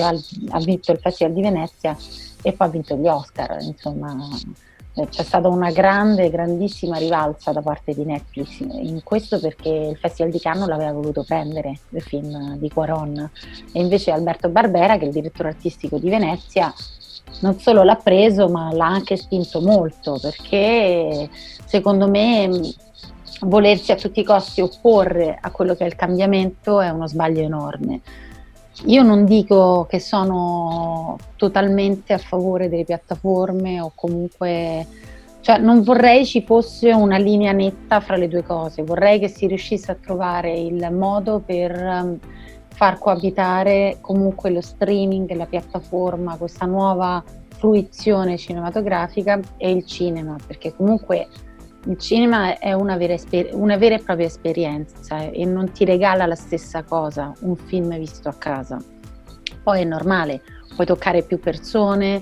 Festival di Venezia e poi ha vinto gli Oscar. Insomma, c'è stata una grandissima rivalsa da parte di Netflix in questo, perché il Festival di Cannes l'aveva voluto prendere, il film di Cuarón, e invece Alberto Barbera, che è il direttore artistico di Venezia, non solo l'ha preso ma l'ha anche spinto molto, perché secondo me volersi a tutti i costi opporre a quello che è il cambiamento è uno sbaglio enorme. Io non dico che sono totalmente a favore delle piattaforme, o comunque, cioè non vorrei ci fosse una linea netta fra le due cose, vorrei che si riuscisse a trovare il modo per far coabitare comunque lo streaming, la piattaforma, questa nuova fruizione cinematografica e il cinema, perché comunque il cinema è una vera e propria esperienza e non ti regala la stessa cosa un film visto a casa. Poi è normale, puoi toccare più persone,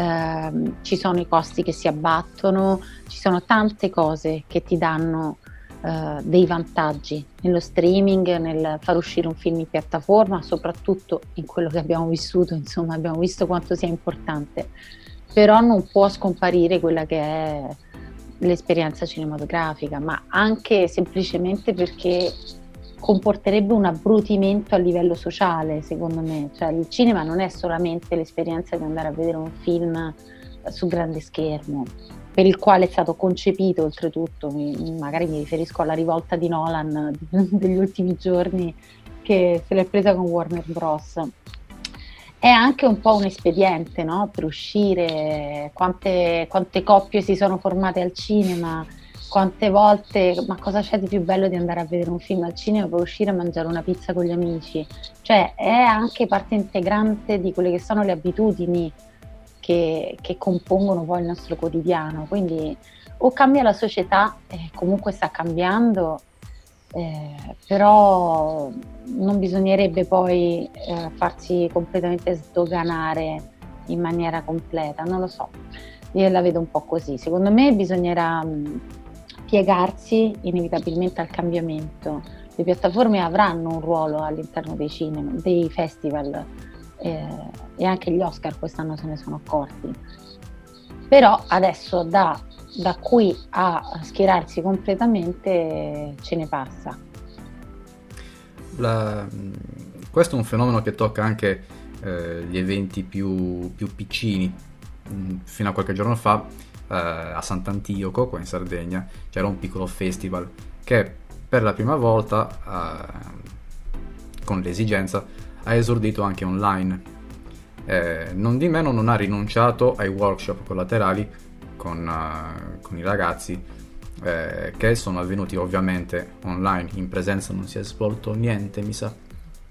ci sono i costi che si abbattono, ci sono tante cose che ti danno dei vantaggi nello streaming, nel far uscire un film in piattaforma, soprattutto in quello che abbiamo vissuto, insomma abbiamo visto quanto sia importante, però non può scomparire quella che è l'esperienza cinematografica, ma anche semplicemente perché comporterebbe un abbrutimento a livello sociale, secondo me. Cioè il cinema non è solamente l'esperienza di andare a vedere un film su grande schermo, per il quale è stato concepito, oltretutto, magari mi riferisco alla rivolta di Nolan degli ultimi giorni, che se l'è presa con Warner Bros. È anche un po' un espediente, no? Per uscire, quante coppie si sono formate al cinema, quante volte, ma cosa c'è di più bello di andare a vedere un film al cinema per uscire a mangiare una pizza con gli amici? Cioè è anche parte integrante di quelle che sono le abitudini che compongono poi il nostro quotidiano, quindi o cambia la società, comunque sta cambiando, però non bisognerebbe poi farsi completamente sdoganare in maniera completa, non lo so, io la vedo un po' così. Secondo me bisognerà piegarsi inevitabilmente al cambiamento. Le piattaforme avranno un ruolo all'interno dei cinema, dei festival, e anche gli Oscar quest'anno se ne sono accorti, però adesso da qui a schierarsi completamente ce ne passa. Questo è un fenomeno che tocca anche gli eventi più piccini. Fino a qualche giorno fa a Sant'Antioco, qua in Sardegna, c'era un piccolo festival che per la prima volta con l'esigenza ha esordito anche online. Non di meno non ha rinunciato ai workshop collaterali con i ragazzi che sono avvenuti ovviamente online. In presenza non si è svolto niente, mi sa.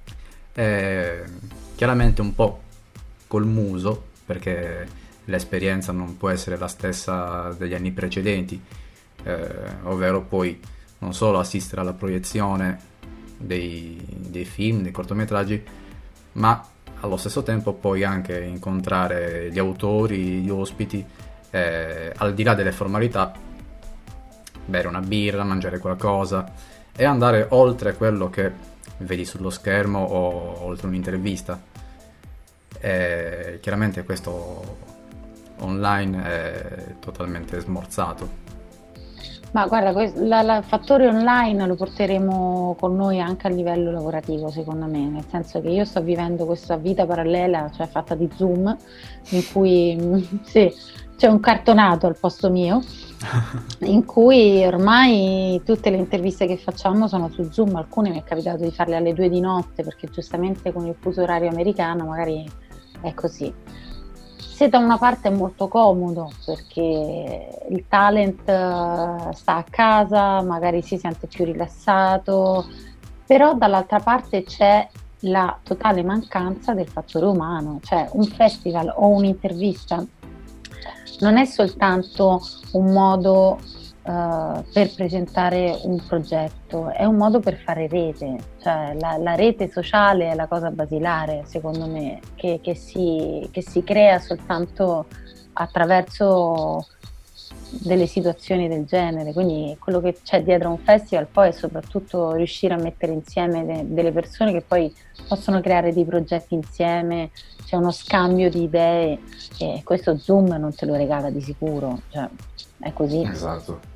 Chiaramente un po' col muso, perché l'esperienza non può essere la stessa degli anni precedenti, ovvero poi non solo assistere alla proiezione dei film, dei cortometraggi, ma allo stesso tempo poi anche incontrare gli autori, gli ospiti, al di là delle formalità, bere una birra, mangiare qualcosa e andare oltre quello che vedi sullo schermo o oltre un'intervista. Chiaramente questo online è totalmente smorzato. Ma guarda, il fattore online lo porteremo con noi anche a livello lavorativo, secondo me, nel senso che io sto vivendo questa vita parallela, cioè fatta di Zoom, in cui sì, c'è un cartonato al posto mio, in cui ormai tutte le interviste che facciamo sono su Zoom. Alcune mi è capitato di farle alle 2 di notte, perché giustamente con il fuso orario americano magari è così. Se da una parte è molto comodo perché il talent sta a casa, magari si sente più rilassato, però dall'altra parte c'è la totale mancanza del fattore umano, cioè un festival o un'intervista non è soltanto un modo per presentare un progetto, è un modo per fare rete, cioè la rete sociale è la cosa basilare, secondo me, che si crea soltanto attraverso delle situazioni del genere. Quindi quello che c'è dietro a un festival poi è soprattutto riuscire a mettere insieme delle persone che poi possono creare dei progetti insieme, c'è uno scambio di idee, e questo Zoom non te lo regala di sicuro, cioè è così. Esatto.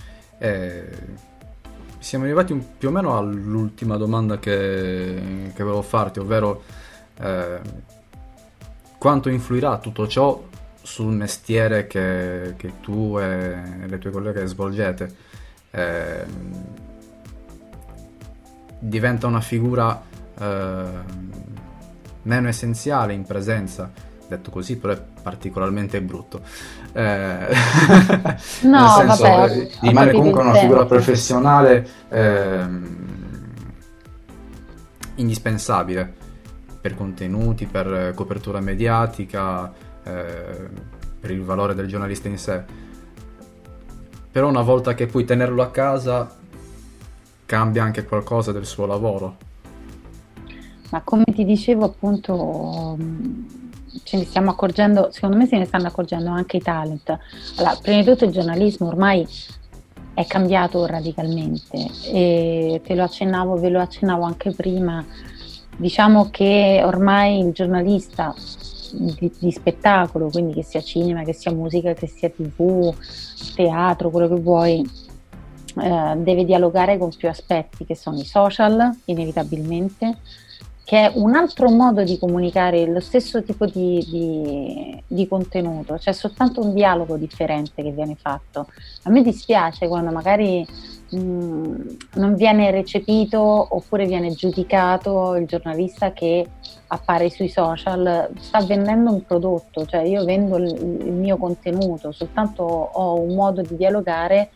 Siamo arrivati più o meno all'ultima domanda che volevo farti, ovvero quanto influirà tutto ciò sul mestiere che tu e le tue colleghe svolgete. Diventa una figura meno essenziale in presenza, detto così però è particolarmente brutto, No, nel senso, vabbè, rimane comunque una figura professionale indispensabile per contenuti, per copertura mediatica, per il valore del giornalista in sé. Però una volta che puoi tenerlo a casa cambia anche qualcosa del suo lavoro. Ma come ti dicevo, appunto, ce ne stiamo accorgendo, secondo me se ne stanno accorgendo anche i talent. Allora, prima di tutto il giornalismo ormai è cambiato radicalmente e ve lo accennavo anche prima. Diciamo che ormai il giornalista di spettacolo, quindi che sia cinema, che sia musica, che sia TV, teatro, quello che vuoi, deve dialogare con più aspetti, che sono i social, inevitabilmente, che è un altro modo di comunicare lo stesso tipo di contenuto, c'è soltanto un dialogo differente che viene fatto. A me dispiace quando magari non viene recepito oppure viene giudicato il giornalista che appare sui social, sta vendendo un prodotto, cioè io vendo il mio contenuto, soltanto ho un modo di dialogare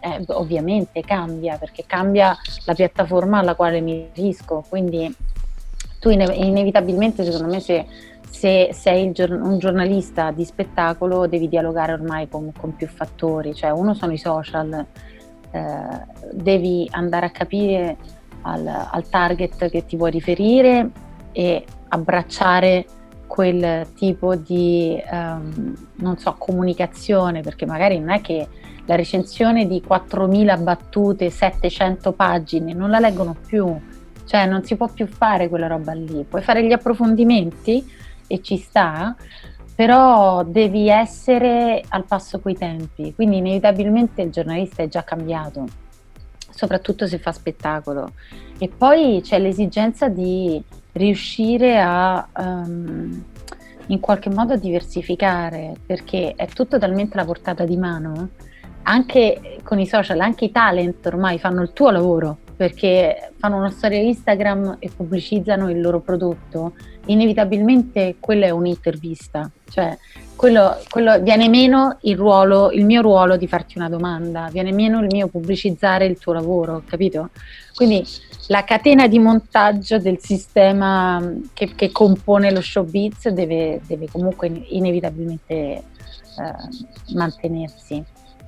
ovviamente cambia, perché cambia la piattaforma alla quale mi riferisco, quindi tu inevitabilmente, secondo me, se sei un giornalista di spettacolo devi dialogare ormai con più fattori, cioè uno sono i social, devi andare a capire al target che ti vuoi riferire e abbracciare quel tipo di comunicazione, perché magari non è che la recensione di 4.000 battute, 700 pagine non la leggono più, cioè non si può più fare quella roba lì, puoi fare gli approfondimenti e ci sta, però devi essere al passo coi tempi, quindi inevitabilmente il giornalista è già cambiato, soprattutto se fa spettacolo. E poi c'è l'esigenza di riuscire a in qualche modo diversificare, perché è tutto talmente alla portata di mano, anche con i social, anche i talent ormai fanno il tuo lavoro, perché fanno una storia Instagram e pubblicizzano il loro prodotto, inevitabilmente quella è un'intervista, cioè quello viene meno il mio ruolo di farti una domanda, viene meno il mio pubblicizzare il tuo lavoro, capito? Quindi la catena di montaggio del sistema che compone lo showbiz deve comunque inevitabilmente mantenersi.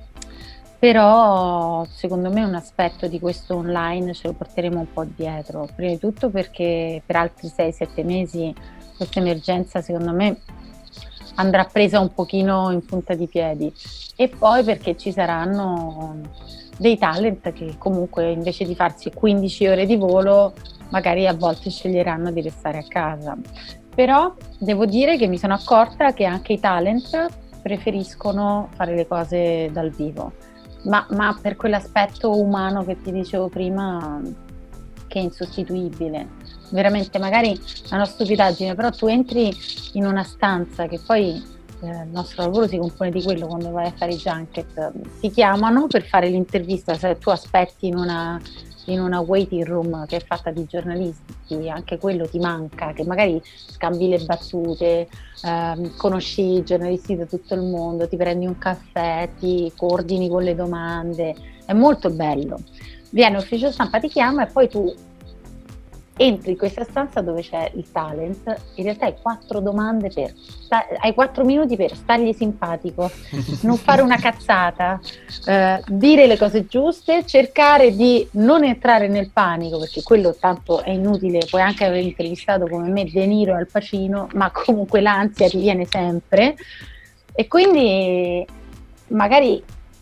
Però secondo me un aspetto di questo online ce lo porteremo un po' dietro, prima di tutto perché per altri 6-7 mesi questa emergenza secondo me andrà presa un pochino in punta di piedi, e poi perché ci saranno dei talent che comunque invece di farsi 15 ore di volo magari a volte sceglieranno di restare a casa. Però devo dire che mi sono accorta che anche i talent preferiscono fare le cose dal vivo, ma per quell'aspetto umano che ti dicevo prima, che è insostituibile. Veramente, magari è una stupidaggine, però tu entri in una stanza, che poi il nostro lavoro si compone di quello, quando vai a fare i junket ti chiamano per fare l'intervista, se tu aspetti in una waiting room che è fatta di giornalisti, anche quello ti manca, che magari scambi le battute, conosci i giornalisti da tutto il mondo, ti prendi un caffè, ti coordini con le domande, è molto bello. Viene ufficio stampa, ti chiama e poi tu entri in questa stanza dove c'è il talent, in realtà hai 4 domande hai 4 minuti per stargli simpatico, non fare una cazzata, dire le cose giuste, cercare di non entrare nel panico, perché quello tanto è inutile, puoi anche aver intervistato come me De Niro e Al Pacino, ma comunque l'ansia ti viene sempre, e quindi magari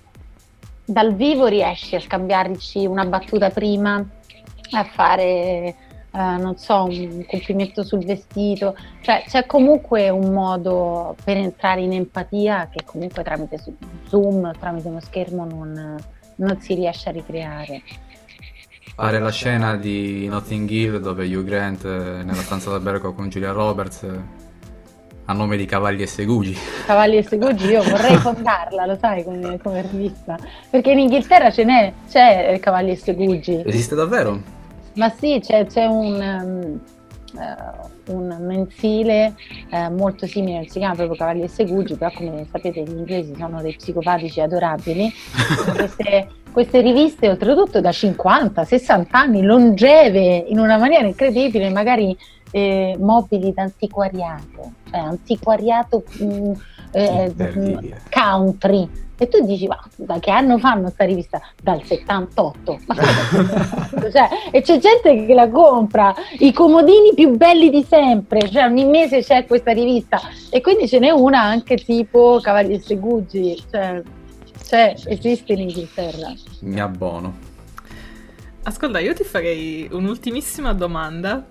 dal vivo riesci a scambiarci una battuta prima, a fare non so, un complimento sul vestito, cioè c'è comunque un modo per entrare in empatia che comunque tramite Zoom, tramite uno schermo non si riesce a ricreare. Fare la scena di Notting Hill dove Hugh Grant nella stanza d'albergo con Julia Roberts a nome di Cavalli e Segugi. Cavalli e Segugi, io vorrei fondarla, lo sai, come rivista, perché in Inghilterra c'è Cavalli e Segugi. Esiste davvero? Ma sì, c'è un mensile molto simile, si chiama proprio Cavalli e Segugi, però come sapete gli inglesi sono dei psicopatici adorabili. Queste riviste oltretutto da 50-60 anni, longeve in una maniera incredibile, magari mobili d'antiquariato, cioè antiquariato country. E tu dici, ma da che anno fanno sta rivista? Dal 78. Cioè, e c'è gente che la compra, i comodini più belli di sempre, cioè ogni mese c'è questa rivista, e quindi ce n'è una anche tipo Cavalli e Segugi, cioè esiste in Inghilterra. Mi abbono. Ascolta, io ti farei un'ultimissima domanda.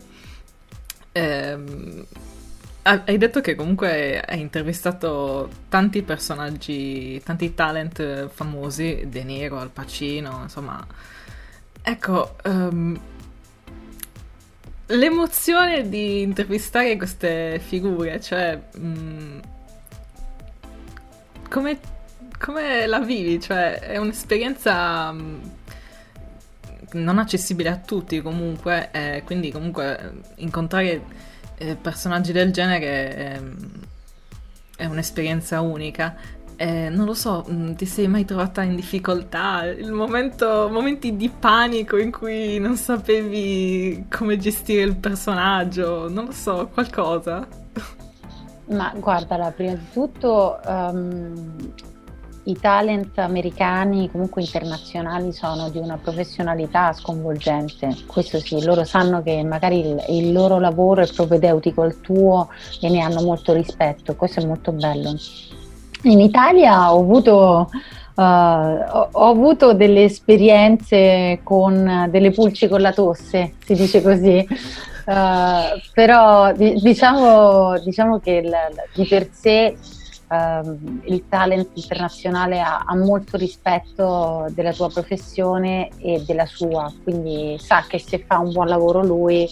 Hai detto che comunque hai intervistato tanti personaggi, tanti talent famosi, De Niro, Al Pacino, insomma. Ecco, l'emozione di intervistare queste figure, cioè, come la vivi? Cioè, è un'esperienza non accessibile a tutti comunque, quindi comunque incontrare personaggi del genere è un'esperienza unica. Non lo so, ti sei mai trovata in difficoltà? Momenti di panico in cui non sapevi come gestire il personaggio? Non lo so, qualcosa? Ma guarda, prima di tutto i talent americani, comunque internazionali, sono di una professionalità sconvolgente. Questo sì, loro sanno che magari il loro lavoro è propedeutico al tuo e ne hanno molto rispetto. Questo è molto bello. In Italia ho avuto delle esperienze con delle pulci con la tosse, si dice così, però diciamo che di per sé il talent internazionale ha molto rispetto della tua professione e della sua, quindi sa che se fa un buon lavoro lui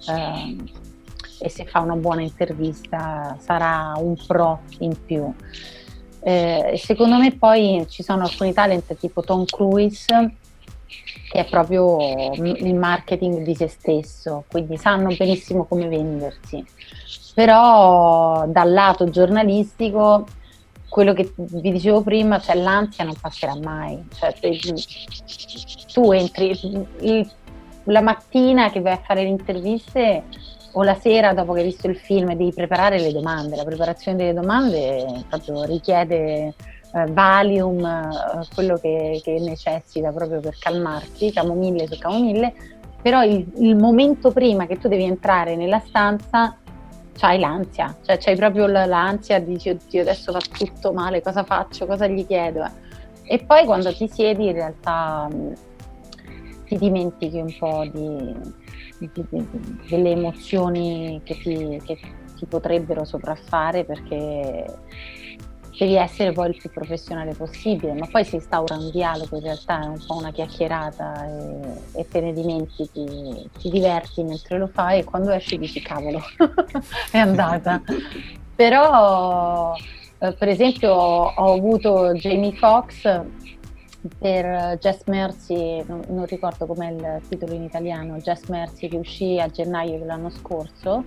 e se fa una buona intervista sarà un pro in più. Secondo me poi ci sono alcuni talent tipo Tom Cruise, che è proprio il marketing di se stesso, quindi sanno benissimo come vendersi, però dal lato giornalistico, quello che vi dicevo prima, cioè l'ansia non passerà mai, cioè, tu entri la mattina che vai a fare le interviste o la sera dopo che hai visto il film e devi preparare le domande. La preparazione delle domande proprio richiede Valium, quello che necessita proprio per calmarti, camomille su camomille, però il momento prima che tu devi entrare nella stanza c'hai l'ansia, cioè c'hai proprio l'ansia, dici oddio adesso fa tutto male, cosa faccio, cosa gli chiedo, e poi quando ti siedi in realtà ti dimentichi un po' delle emozioni che ti potrebbero sopraffare, perché devi essere poi il più professionale possibile, ma poi si instaura un dialogo, in realtà è un po' una chiacchierata e te ne dimentichi, ti diverti mentre lo fai e quando esci dici cavolo è andata. Però per esempio ho avuto Jamie Foxx per Just Mercy, non ricordo com'è il titolo in italiano, Just Mercy, che uscì a gennaio dell'anno scorso.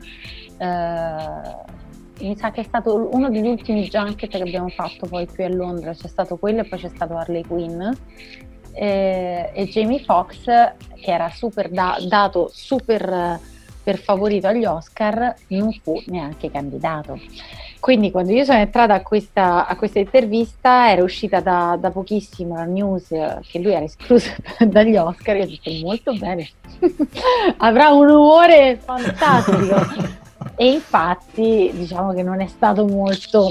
Mi sa che è stato uno degli ultimi junket che abbiamo fatto poi qui a Londra, c'è stato quello e poi c'è stato Harley Quinn, e Jamie Foxx, che era dato super per favorito agli Oscar, non fu neanche candidato. Quindi quando io sono entrata a questa intervista era uscita da pochissimo la news che lui era escluso dagli Oscar, e io ho detto molto bene, avrà un umore fantastico. E infatti diciamo che non è stato molto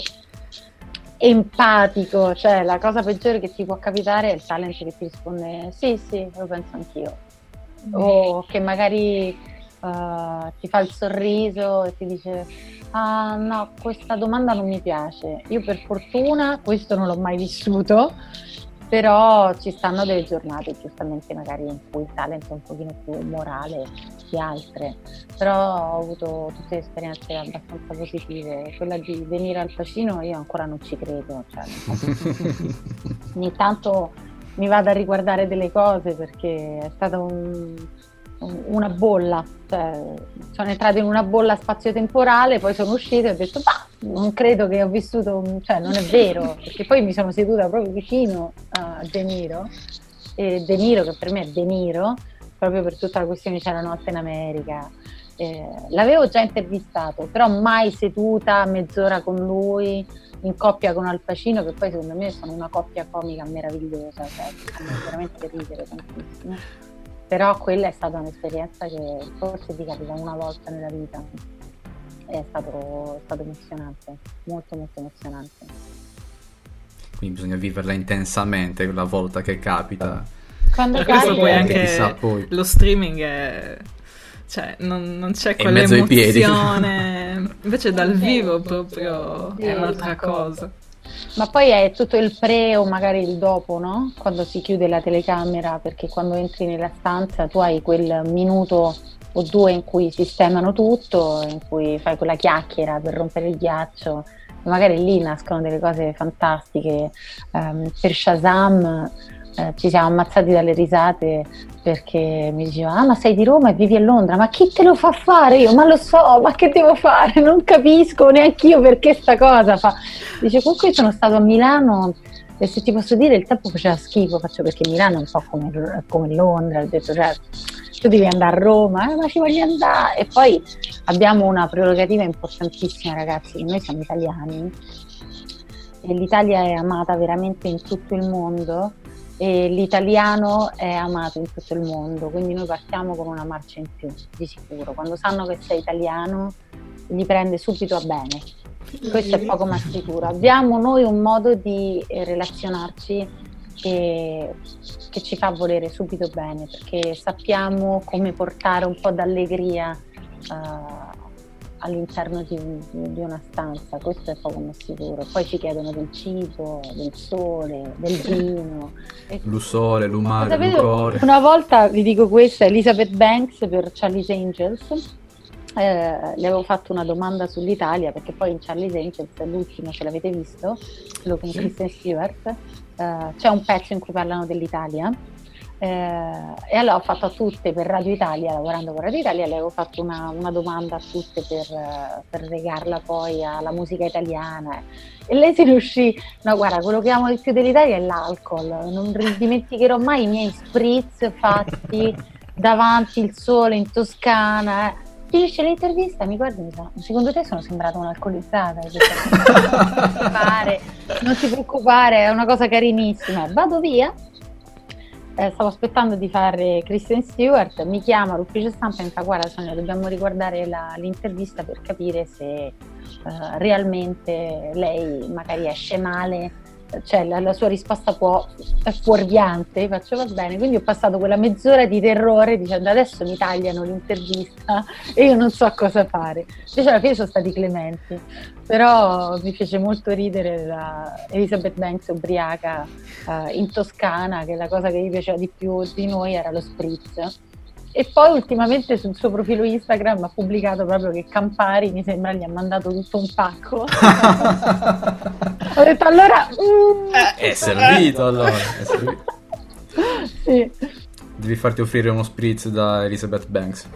empatico, cioè la cosa peggiore che ti può capitare è il talent che ti risponde sì, lo penso anch'io, o che magari ti fa il sorriso e ti dice ah no, questa domanda non mi piace. Io per fortuna questo non l'ho mai vissuto, però ci stanno delle giornate giustamente magari in cui il talent è un pochino più morale di altre, però ho avuto tutte esperienze abbastanza positive. Quella di venire al Pacino io ancora non ci credo, cioè, ogni tanto mi vado a riguardare delle cose perché è stata una bolla, cioè, sono entrata in una bolla spazio-temporale, poi sono uscita e ho detto non credo che ho vissuto, cioè non è vero, perché poi mi sono seduta proprio vicino a De Niro, e De Niro, che per me è De Niro proprio per tutta la questione C'era notte in America, l'avevo già intervistato, però mai seduta mezz'ora con lui in coppia con Al Pacino, che poi secondo me sono una coppia comica meravigliosa, cioè fanno veramente ridere tantissimo. Però quella è stata un'esperienza che forse ti capita una volta nella vita, è stato emozionante, molto molto emozionante. Quindi bisogna viverla intensamente quella volta che capita. Quando capita, poi anche poi. Lo streaming è... cioè non c'è quell'emozione, invece dal vivo proprio è un'altra cosa. Ma poi è tutto il pre o magari il dopo, no? Quando si chiude la telecamera, perché quando entri nella stanza tu hai quel minuto o due in cui sistemano tutto, in cui fai quella chiacchiera per rompere il ghiaccio, magari lì nascono delle cose fantastiche. Per Shazam ci siamo ammazzati dalle risate perché mi diceva ma sei di Roma e vivi a Londra, ma chi te lo fa fare? Io ma lo so, ma che devo fare? Non capisco neanche io perché sta cosa fa. Dice comunque sono stato a Milano e se ti posso dire il tempo faceva schifo, faccio perché Milano è un po' come Londra, ho detto cioè tu devi andare a Roma, ma ci voglio andare. E poi abbiamo una prerogativa importantissima ragazzi, noi siamo italiani e l'Italia è amata veramente in tutto il mondo e l'italiano è amato in tutto il mondo, quindi noi partiamo con una marcia in più, di sicuro. Quando sanno che sei italiano li prende subito a bene, questo è poco ma sicuro. Abbiamo noi un modo di relazionarci che ci fa volere subito bene, perché sappiamo come portare un po' d'allegria all'interno di una stanza, questo è poco ma sicuro. Poi ci chiedono del cibo, del sole, del vino. L'usole, l'umare, l'ucore. Una volta, vi dico questa, Elizabeth Banks per Charlie's Angels, le avevo fatto una domanda sull'Italia, perché poi in Charlie's Angels, l'ultimo, se l'avete visto, quello con Kristen Stewart, c'è un pezzo in cui parlano dell'Italia. E allora ho fatto a tutte per Radio Italia, lavorando con Radio Italia, le avevo fatto una domanda a tutte per legarla poi alla musica italiana e lei se ne uscì, no guarda, quello che amo di più dell'Italia è l'alcol, non dimenticherò mai i miei spritz fatti davanti il sole in Toscana. Finisce l'intervista, mi guarda e mi fa: secondo te sono sembrata un'alcolizzata? Non ti preoccupare, è una cosa carinissima. Vado via. Stavo aspettando di fare Kristen Stewart, mi chiama l'ufficio stampa e mi fa: guarda Sonia, dobbiamo riguardare l'intervista per capire se realmente lei magari esce male, cioè la sua risposta è fuorviante. Faccio va bene, quindi ho passato quella mezz'ora di terrore dicendo adesso mi tagliano l'intervista e io non so cosa fare. Invece alla fine sono stati clementi, però mi fece molto ridere la Elizabeth Banks ubriaca in Toscana, che la cosa che gli piaceva di più di noi era lo spritz. E poi ultimamente sul suo profilo Instagram ha pubblicato proprio che Campari, mi sembra, gli ha mandato tutto un pacco. Ho detto allora è servito allora, è servito. Sì. Devi farti offrire uno spritz da Elizabeth Banks.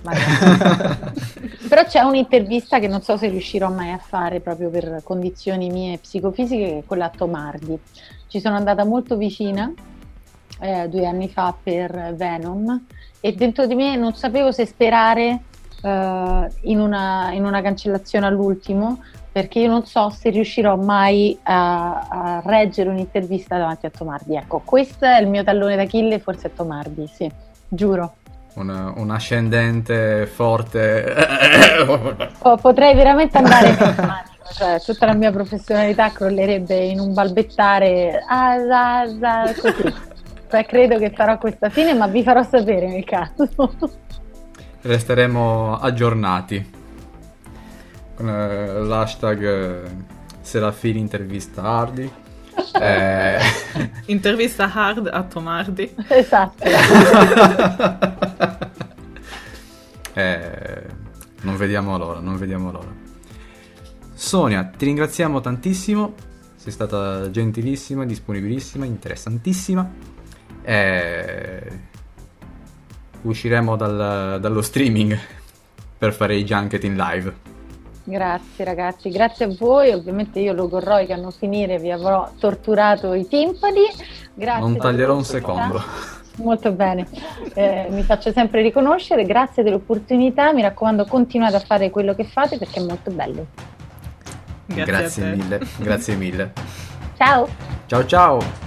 Però c'è un'intervista che non so se riuscirò mai a fare proprio per condizioni mie psicofisiche, che è quella a Tom Hardy. Ci sono andata molto vicina 2 anni fa per Venom e dentro di me non sapevo se sperare in una cancellazione all'ultimo, perché io non so se riuscirò mai a reggere un'intervista davanti a Tom Hardy. Ecco, questo è il mio tallone d'Achille, forse è Tom Hardy, sì, giuro. Un ascendente forte. Potrei veramente andare in panico, cioè tutta la mia professionalità crollerebbe in un balbettare così. Cioè, credo che farò questa fine, ma vi farò sapere nel caso. Resteremo aggiornati con l'hashtag Serafini intervista Hardy. Intervista hard a Tom Hardy. Esatto. Non vediamo l'ora. Sonia, ti ringraziamo tantissimo, sei stata gentilissima, disponibilissima, interessantissima. Usciremo dallo streaming per fare i junket in live. Grazie ragazzi, grazie a voi. Ovviamente io logorroica a non finire vi avrò torturato i timpani. Grazie. Non taglierò un secondo. Molto bene, mi faccio sempre riconoscere. Grazie dell'opportunità, mi raccomando continuate a fare quello che fate perché è molto bello. Grazie mille. Ciao. Ciao.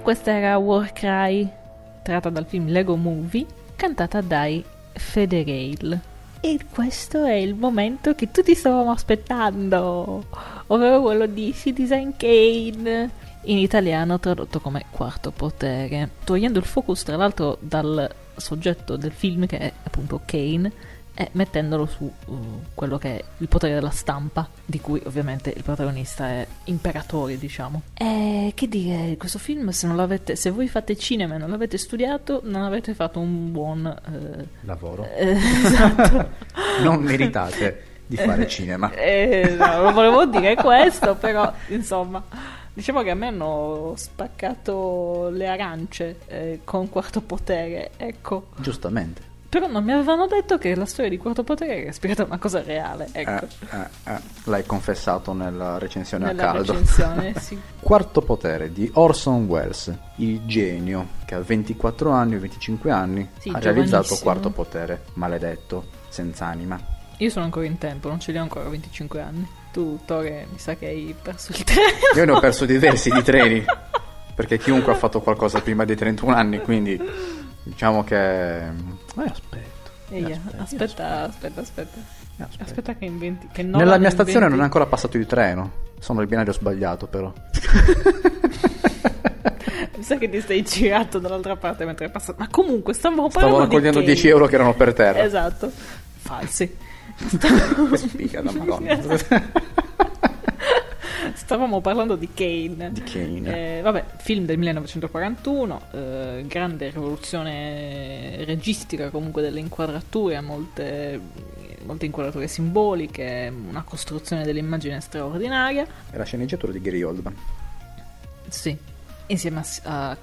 questa era Warcry, tratta dal film Lego Movie, cantata dai Federale. E questo è il momento che tutti stavamo aspettando, ovvero quello di Citizen Kane, in italiano tradotto come Quarto Potere, togliendo il focus tra l'altro dal soggetto del film, che è appunto Kane, e mettendolo su quello che è il potere della stampa, di cui ovviamente il protagonista è imperatore, diciamo. E che dire, questo film, se voi fate cinema e non l'avete studiato, non avete fatto un buon lavoro. Esatto. Non meritate di fare cinema. No, non volevo dire questo, però insomma, diciamo che a me hanno spaccato le arance con Quarto Potere, ecco. Giustamente. Però non mi avevano detto che la storia di Quarto Potere era ispirata a una cosa reale, ecco. L'hai confessato nella recensione Nella a caldo. recensione, sì. Quarto Potere di Orson Welles, il genio che a 24 anni o 25 anni Sì, ha realizzato giovanissimo. Quarto Potere, maledetto, senza anima. Io sono ancora in tempo, non ce li ho ancora 25 anni. Tu, Tore, mi sa che hai perso il treno. Io ne ho perso diversi di treni, perché chiunque ha fatto qualcosa prima dei 31 anni, quindi diciamo che... Aspetta che inventi. Che Nella mia stazione non è ancora passato il treno, sono il binario sbagliato però. Mi sa che ti sei girato dall'altra parte mentre è passato. Ma comunque stavamo raccogliendo 10 euro che erano per terra. Esatto. Falsi. Che spiga da Madonna. Stavamo parlando di Kane. Vabbè, film del 1941, grande rivoluzione registica, comunque delle inquadrature, molte inquadrature simboliche, una costruzione dell'immagine straordinaria. È la sceneggiatura di Gary Oldman. Sì, insieme a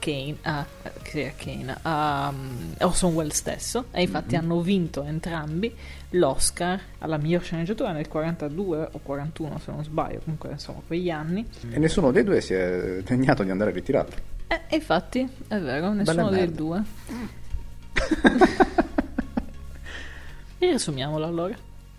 Orson Welles stesso, e infatti hanno vinto entrambi l'Oscar alla miglior sceneggiatura nel 42 o 41 se non sbaglio, comunque insomma quegli anni, e nessuno dei due si è degnato di andare a ritirato. Infatti è vero, nessuno dei due. E riassumiamolo allora.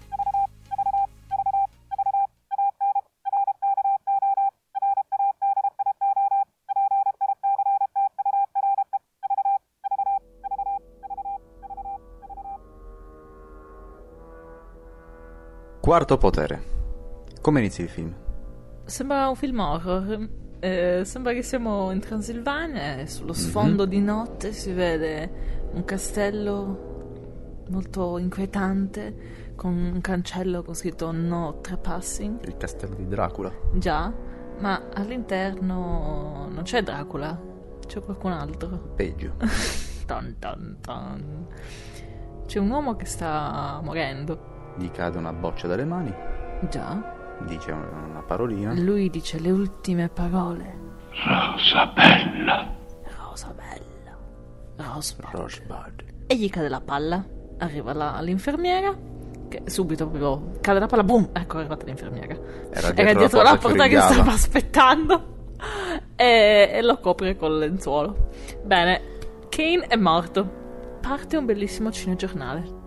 Quarto Potere. Come inizia il film? Sembra un film horror. Sembra che siamo in Transilvania e sullo sfondo di notte si vede un castello molto inquietante con un cancello con scritto No Trespassing. Il castello di Dracula. Già, ma all'interno non c'è Dracula, c'è qualcun altro. Peggio. Tan, tan, tan. C'è un uomo che sta morendo. Gli cade una boccia dalle mani. Già. Dice una parolina. Lui dice le ultime parole. Rosabella. Rosebud. E gli cade la palla. Arriva l'infermiera, che subito proprio cade la palla, boom, ecco è arrivata l'infermiera. Era dietro la porta che stava aspettando e lo copre col lenzuolo. Bene, Kane è morto. Parte un bellissimo cinegiornale.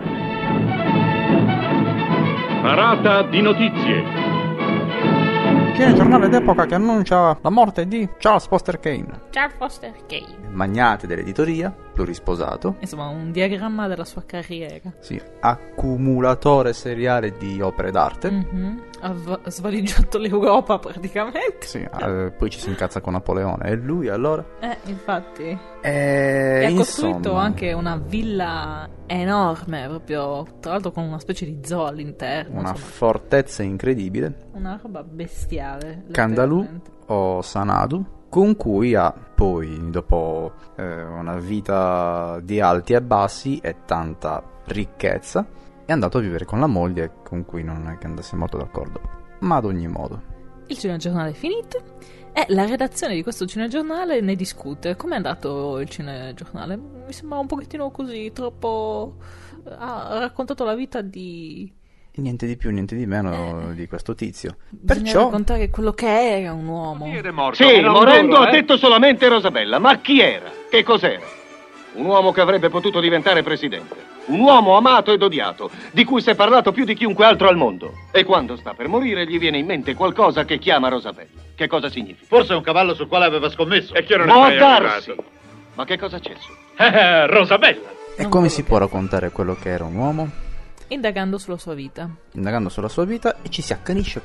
Parata di notizie. Cinegiornale d'epoca che annuncia la morte di Charles Foster Kane. Charles Foster Kane. Magnate dell'editoria, plurisposato. Insomma, un diagramma della sua carriera. Sì, accumulatore seriale di opere d'arte. Ha svaligiato l'Europa praticamente. Sì, poi ci si incazza con Napoleone. E lui allora? Infatti. E ha costruito insomma, anche una villa enorme, proprio, tra l'altro con una specie di zoo all'interno. Una fortezza incredibile. Una roba bestiale. Candalu o Sanadu, con cui ha poi, dopo una vita di alti e bassi e tanta ricchezza, è andato a vivere con la moglie, con cui non è che andasse molto d'accordo. Ma ad ogni modo, il cinegiornale è finito e la redazione di questo cinegiornale ne discute. Com'è andato il cinegiornale? Mi sembra un pochettino così, troppo... ha raccontato la vita di... niente di più, niente di meno di questo tizio. Bisogna Perciò raccontare quello che era un uomo. Sì, morendo ha detto solamente Rosabella, ma chi era? Che cos'era? Un uomo che avrebbe potuto diventare presidente. Un uomo amato ed odiato, di cui si è parlato più di chiunque altro al mondo. E quando sta per morire gli viene in mente qualcosa che chiama Rosabella. Che cosa significa? Forse è un cavallo sul quale aveva scommesso. E chi non Può è mai darsi. arrivato? Ma che cosa c'è su? Rosabella! E come si può raccontare quello che era un uomo? Indagando sulla sua vita. Indagando sulla sua vita e ci si accanisce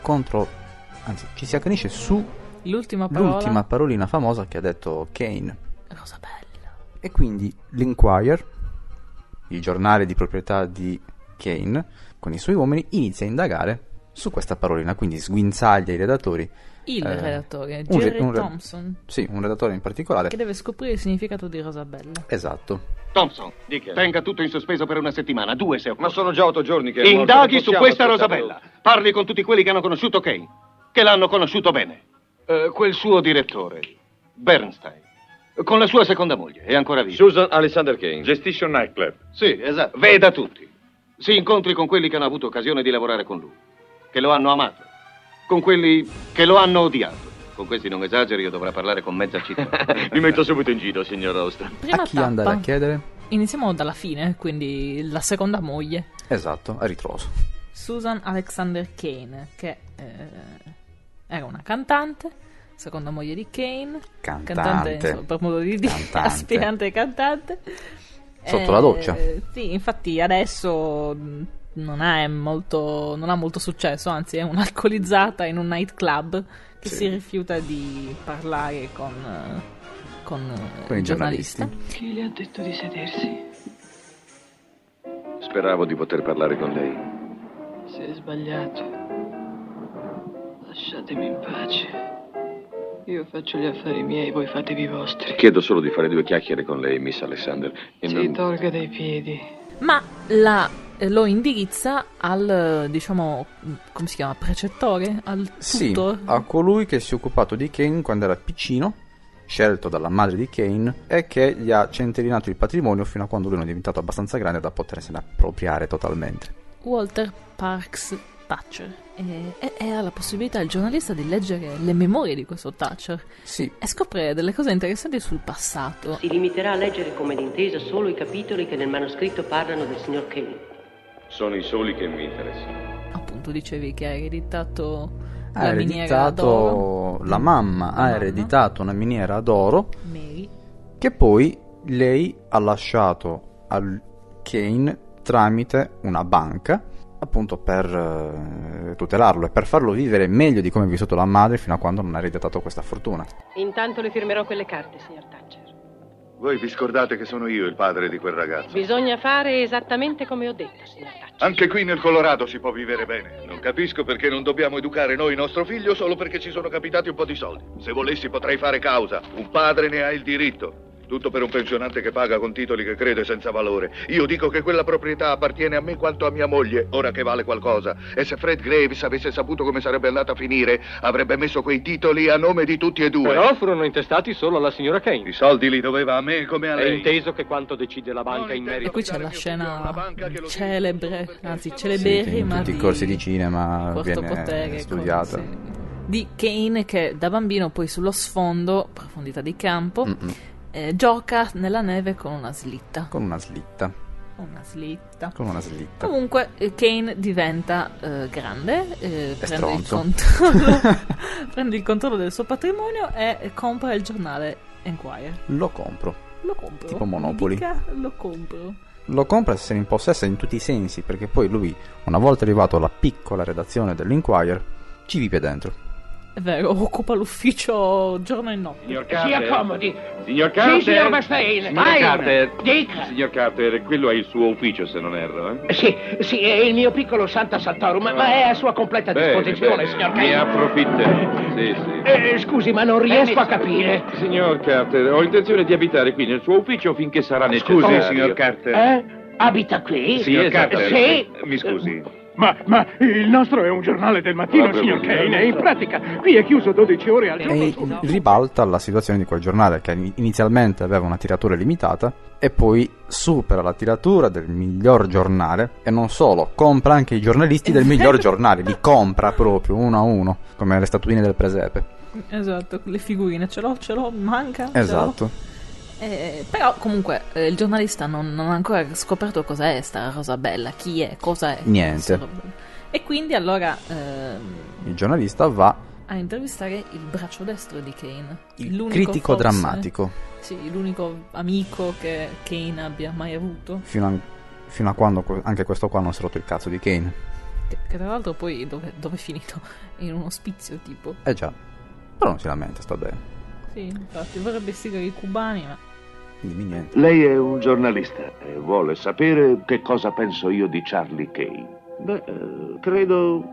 su l'ultima parolina famosa che ha detto Kane. Rosabella. E quindi l'Enquirer, il giornale di proprietà di Kane, con i suoi uomini inizia a indagare su questa parolina, quindi sguinzaglia i redattori. Il redattore, Jerry Thompson. Sì, un redattore in particolare. Che deve scoprire il significato di Rosabella. Esatto. Thompson, tenga tutto in sospeso per una settimana, 2 se occorre. Ma sono già 8 giorni che... Indaghi su questa Rosabella. Parli con tutti quelli che hanno conosciuto Kane, che l'hanno conosciuto bene. Quel suo direttore, Bernstein, con la sua seconda moglie, è ancora vivo. Susan Alexander Kane, gestisce un nightclub. Sì, esatto. Veda tutti. Si incontri con quelli che hanno avuto occasione di lavorare con lui, che lo hanno amato, con quelli che lo hanno odiato. Con questi non esageri, io dovrò parlare con mezza città. Mi metto subito in giro, signor Rosta. Prima a chi andare a chiedere? Iniziamo dalla fine, quindi la seconda moglie. Esatto, a ritroso. Susan Alexander Kane, che era una cantante, seconda moglie di Kane. Cantante insomma, per modo di dire, aspirante cantante. Sotto la doccia. Sì, infatti adesso non ha molto successo, anzi è un'alcolizzata in un nightclub che si rifiuta di parlare con il giornalista. Chi le ha detto di sedersi? Speravo di poter parlare con lei. Si è sbagliato. Lasciatemi in pace. Io faccio gli affari miei, voi fatevi i vostri. Chiedo solo di fare 2 chiacchiere con lei, Miss Alexander. Si tolga dai piedi. Ma lo indirizza al, diciamo, come si chiama, precettore? Al tutor? Sì, a colui che si è occupato di Kane quando era piccino, scelto dalla madre di Kane, e che gli ha centellinato il patrimonio fino a quando lui non è diventato abbastanza grande da potersene appropriare totalmente. Walter Parks Thatcher. E ha la possibilità il giornalista di leggere le memorie di questo Thatcher. Sì. E scoprire delle cose interessanti sul passato. Si limiterà a leggere come d'intesa solo i capitoli che nel manoscritto parlano del signor Kane. Sono i soli che mi interessano. Appunto dicevi che ha ereditato la miniera d'oro. La mamma ha ereditato una miniera d'oro Mary, che poi lei ha lasciato al Kane tramite una banca, appunto per tutelarlo e per farlo vivere meglio di come ha vissuto la madre fino a quando non ha ereditato questa fortuna. Intanto le firmerò quelle carte, signor Thatcher. Voi vi scordate che sono io il padre di quel ragazzo. Bisogna fare esattamente come ho detto, signor Thatcher. Anche qui nel Colorado si può vivere bene. Non capisco perché non dobbiamo educare noi nostro figlio solo perché ci sono capitati un po' di soldi. Se volessi potrei fare causa. Un padre ne ha il diritto. Tutto per un pensionante che paga con titoli che crede senza valore. Io dico che quella proprietà appartiene a me quanto a mia moglie, ora che vale qualcosa. E se Fred Graves avesse saputo come sarebbe andata a finire, avrebbe messo quei titoli a nome di tutti e 2. Però furono intestati solo alla signora Kane. I soldi li doveva a me come a lei. È inteso che quanto decide la banca in merito... E qui c'è la scena celebre, anzi celeberrima, in tutti i corsi di cinema viene studiata. Di Kane che da bambino poi sullo sfondo, profondità di campo... gioca nella neve con una slitta. Comunque Kane diventa grande, prende il controllo del suo patrimonio e compra il giornale Enquirer. Lo compro. Tipo Monopoli. Lo compra e se ne impossessa in tutti i sensi, perché poi lui, una volta arrivato alla piccola redazione dell'Enquirer, ci vive dentro. È vero, occupa l'ufficio giorno e notte. Signor Carter. Si accomodi. Signor Carter. Sì, signor Bastien. Signor Carter. Dica. Signor Carter, quello è il suo ufficio, se non erro, eh? Sì, è il mio piccolo Santa Santorum, ma è a sua completa disposizione, signor Carter. Ne approfitte. Sì. Scusi, ma non riesco a capire. Signor Carter, ho intenzione di abitare qui nel suo ufficio finché sarà necessario. Scusi, signor Carter. Abita qui? Sì, signor Carter. Sì. Mi scusi. Ma il nostro è un giornale del mattino, signor Kane, e in pratica qui è chiuso 12 ore al giorno. E ribalta la situazione di quel giornale che inizialmente aveva una tiratura limitata e poi supera la tiratura del miglior giornale e non solo, compra anche i giornalisti del miglior giornale, li compra proprio uno a uno, come le statuine del presepe. Esatto, le figurine, ce l'ho, manca. Esatto. Però comunque il giornalista non ha ancora scoperto cosa è sta Rosabella, chi è, cosa è. Niente. E quindi allora il giornalista va a intervistare il braccio destro di Kane, il critico drammatico. Sì, l'unico amico che Kane abbia mai avuto. Fino a quando anche questo qua non si è rotto il cazzo di Kane. Che tra l'altro poi dove è finito? In un ospizio tipo. Già, però non si lamenta, sta bene. Sì, infatti vorrebbe seguire i cubani, ma dimmi niente. Lei è un giornalista e vuole sapere che cosa penso io di Charlie Kane. Credo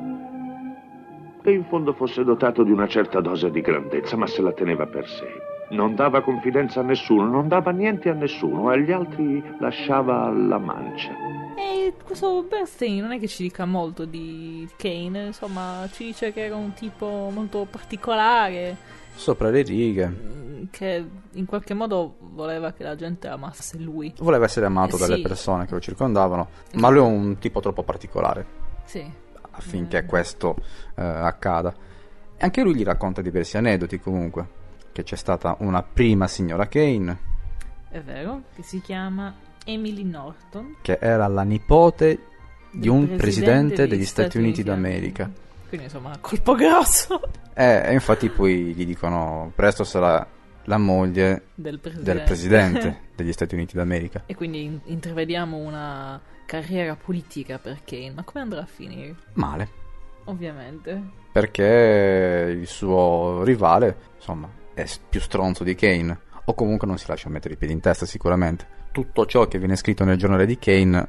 che in fondo fosse dotato di una certa dose di grandezza, ma se la teneva per sé. Non dava confidenza a nessuno, non dava niente a nessuno, agli altri lasciava alla mancia. E questo Bernstein non è che ci dica molto di Kane, insomma, ci dice che era un tipo molto particolare. Sopra le righe. Che in qualche modo voleva che la gente amasse lui. Voleva essere amato dalle sì. persone che lo circondavano, ma lui è un tipo troppo particolare. Sì. Affinché questo accada. E anche lui gli racconta diversi aneddoti comunque. Che c'è stata una prima signora Kane. È vero, che si chiama Emily Norton. Che era la nipote di un presidente degli Stati Uniti d'America. Quindi insomma, colpo grosso. E infatti poi gli dicono presto sarà la moglie del presidente degli Stati Uniti d'America. E quindi intravediamo una carriera politica per Kane. Ma come andrà a finire? Male. Ovviamente. Perché il suo rivale, insomma, è più stronzo di Kane. O comunque non si lascia mettere i piedi in testa sicuramente. Tutto ciò che viene scritto nel giornale di Kane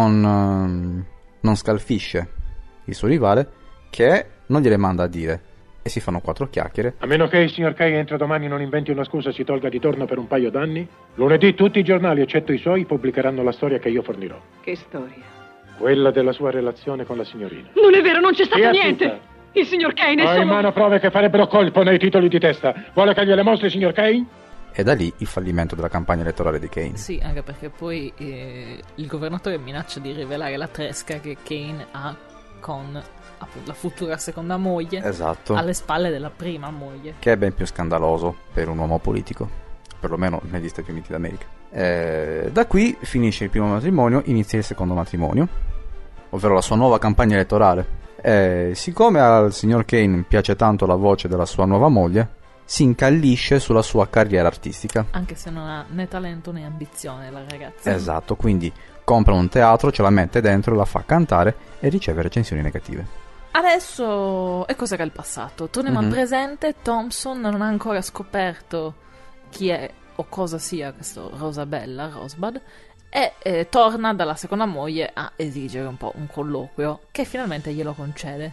non scalfisce il suo rivale, che non gliele manda a dire. E si fanno 4 chiacchiere. A meno che il signor Kane entro domani non inventi una scusa e si tolga di torno per un paio d'anni, lunedì tutti i giornali, eccetto i suoi, pubblicheranno la storia che io fornirò. Che storia? Quella della sua relazione con la signorina. Non è vero, non c'è stato Stia niente! zitta. Il signor Kane è Ho solo... in mano prove che farebbero colpo nei titoli di testa. Vuole che gliele mostri, signor Kane? E da lì il fallimento della campagna elettorale di Kane. Sì, anche perché poi il governatore minaccia di rivelare la tresca che Kane ha con appunto la futura seconda moglie. Esatto. Alle spalle della prima moglie. Che è ben più scandaloso per un uomo politico, perlomeno negli Stati Uniti d'America. Da qui finisce il primo matrimonio, inizia il secondo matrimonio, ovvero la sua nuova campagna elettorale. Siccome al signor Kane piace tanto la voce della sua nuova moglie, si incallisce sulla sua carriera artistica. Anche se non ha né talento né ambizione la ragazza. Esatto, quindi compra un teatro, ce la mette dentro, la fa cantare e riceve recensioni negative. Adesso è cosa che è il passato. Torniamo al presente. Thompson non ha ancora scoperto chi è o cosa sia questo Rosabella, Rosebud, e torna dalla seconda moglie a esigere un po' un colloquio che finalmente glielo concede.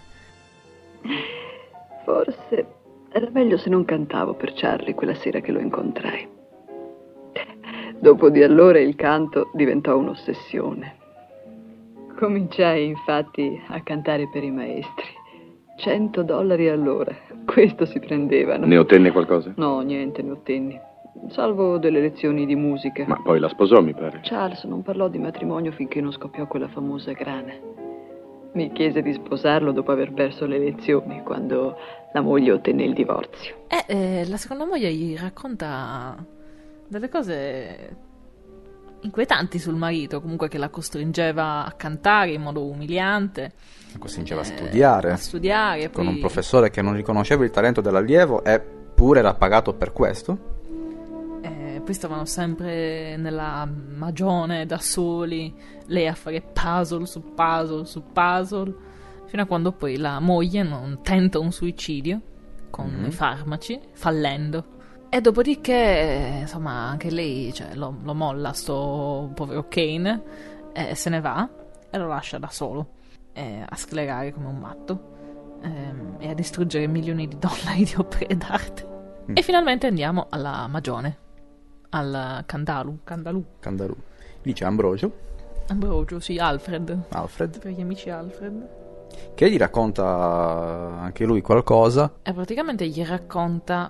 Forse era meglio se non cantavo per Charlie quella sera che lo incontrai. Dopo di allora il canto diventò un'ossessione. Cominciai infatti a cantare per i maestri. $100 all'ora, questo si prendevano. Ne ottenne qualcosa? No, niente ne ottenni, salvo delle lezioni di musica. Ma poi la sposò, mi pare. Charles non parlò di matrimonio finché non scoppiò quella famosa grana. Mi chiese di sposarlo dopo aver perso le lezioni, quando la moglie ottenne il divorzio. La seconda moglie gli racconta delle cose inquietanti sul marito, comunque che la costringeva a cantare in modo umiliante. La costringeva a studiare. Con poi... un professore che non riconosceva il talento dell'allievo e pure era pagato per questo. Poi stavano sempre nella magione da soli, lei a fare puzzle su puzzle su puzzle, fino a quando poi la moglie non tenta un suicidio con i farmaci, fallendo. E dopodiché, insomma, anche lei lo molla sto povero Kane e se ne va e lo lascia da solo, a sclerare come un matto e a distruggere milioni di dollari di opere d'arte. E finalmente andiamo alla magione. Al Candalu. Lì c'è Ambrogio, sì, Alfred. Per gli amici Alfred. Che gli racconta anche lui qualcosa. E praticamente gli racconta